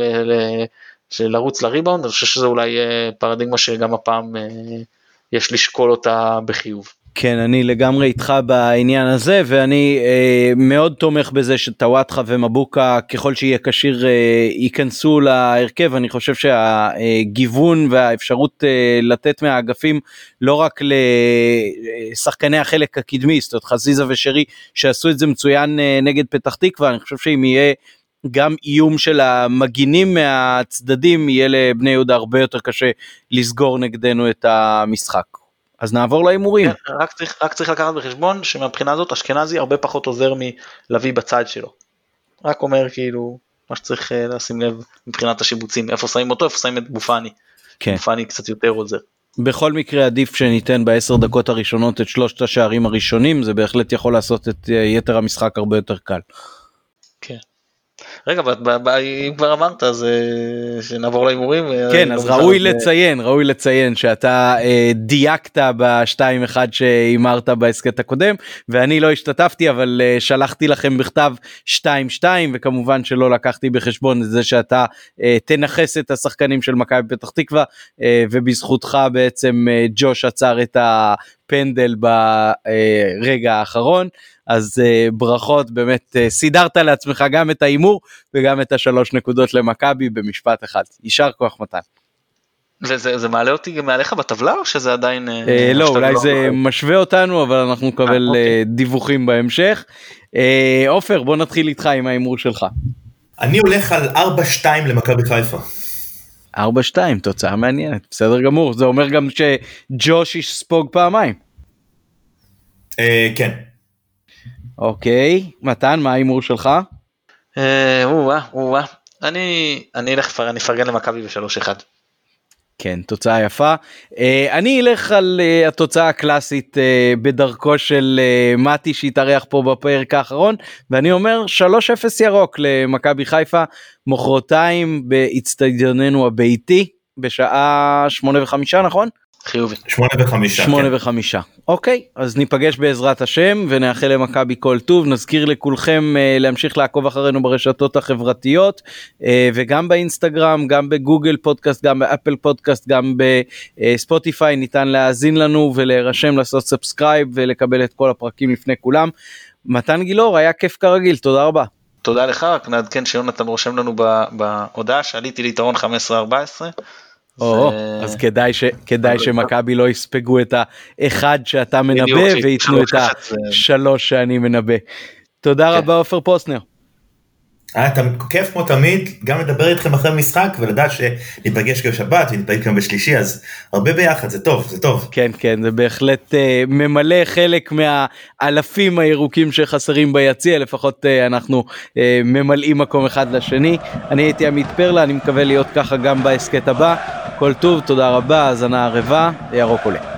ולרוץ לריבאונד, אני חושב שזה אולי פרדיגמה שגם הפעם יש לשקול אותה בחיוב. כן, אני לגמרי איתך בעניין הזה, ואני מאוד תומך בזה שטוואטחה ומבוקה, ככל שיהיה קשיר, ייכנסו להרכב. אני חושב שהגיוון והאפשרות לתת מהאגפים, לא רק לשחקני החלק הקדמי, זאת אומרת חזיזה ושרי, שעשו את זה מצוין נגד פתח תקווה, אני חושב שאם יהיה גם איום של המגינים מהצדדים, יהיה לבני יהודה הרבה יותר קשה לסגור נגדנו את המשחק. אז נעבור להימורים. כן, רק צריך לקחת בחשבון שמבחינה הזאת אשכנזי הרבה פחות עוזר מלוי בצד שלו. רק אומר כאילו מה שצריך לשים לב מבחינת השיבוצים, איפה שמים אותו, איפה שמים את בופני. כן. בופני קצת יותר עוזר. בכל מקרה עדיף שניתן ב10 דקות הראשונות את 3 השערים הראשונים, זה בהחלט יכול לעשות את יתר המשחק הרבה יותר קל. כן. רגע, אם כבר אמרת, אז שנעבור להימורים. כן, אז ראוי לציין שאתה דייקת ב-2-1 שהימרת בעסקת הקודם, ואני לא השתתפתי, אבל שלחתי לכם בכתב 2-2, וכמובן שלא לקחתי בחשבון את זה שאתה תנחס את השחקנים של מכבי פתח תקווה, ובזכותך בעצם ג'וש עצר את הפנדל ברגע האחרון, אז ברכות, באמת סידרת לעצמך גם את האימור, וגם את 3 נקודות למכבי במשפט אחד. יישר כוח מתן. וזה מעלה אותי גם מעליך בטבלה, או שזה עדיין... לא, אולי זה משווה אותנו, אבל אנחנו נקבל דיווחים בהמשך. עופר, בוא נתחיל איתך עם האימור שלך. אני הולך על 4-2 למכבי חיפה. 4-2, תוצאה מעניינת, בסדר גמור. זה אומר גם שג'וש יספוג פעמיים. כן. אוקיי, מתן, מה האימור שלך? אני אפרגן למכבי ב3-1. כן, תוצאה יפה. אני אלך על התוצאה הקלאסית בדרכו של מתי שהתארח פה בפרק האחרון, ואני אומר 3-0 ירוק למכבי חיפה, מחרתיים באצטדיוננו הביתי, בשעה 8:05, נכון? חיובי. 8:05. 8:05. אוקיי, אז ניפגש בעזרת השם ונאחל למכבי כל טוב. נזכיר לכולכם להמשיך לעקוב אחרינו ברשתות החברתיות, וגם באינסטגרם, גם בגוגל פודקאסט, גם באפל פודקאסט, גם בספוטיפיי ניתן להאזין לנו ולהירשם, לעשות סאבסקרייב ולקבל את כל הפרקים לפני כולם. מתן גילאור, היה כיף כרגיל, תודה רבה. תודה לך, רק נעדכן שיונתן רושם לנו בהודעה שעליתי ליתרון 15-14. אז כדאי שמכבי לא יספגו את האחד שאתה מנבא ויתנו את השלוש שאני מנבא. תודה רבה עופר פוסטנר. אתה כיף כמו תמיד, גם לדבר איתכם אחרי משחק ולדעת שניפגש גם שבת ונתפגש גם בשלישי, אז הרבה ביחד, זה טוב, זה טוב. כן, כן, זה בהחלט ממלא חלק מהאלפים הירוקים שחסרים ביציע, לפחות אנחנו ממלאים מקום אחד לשני. אני הייתי עמית פרלה, אני מקווה להיות ככה גם בעסקת הבא. כל טוב, תודה רבה, האזנה ערבה, ירוק עולה.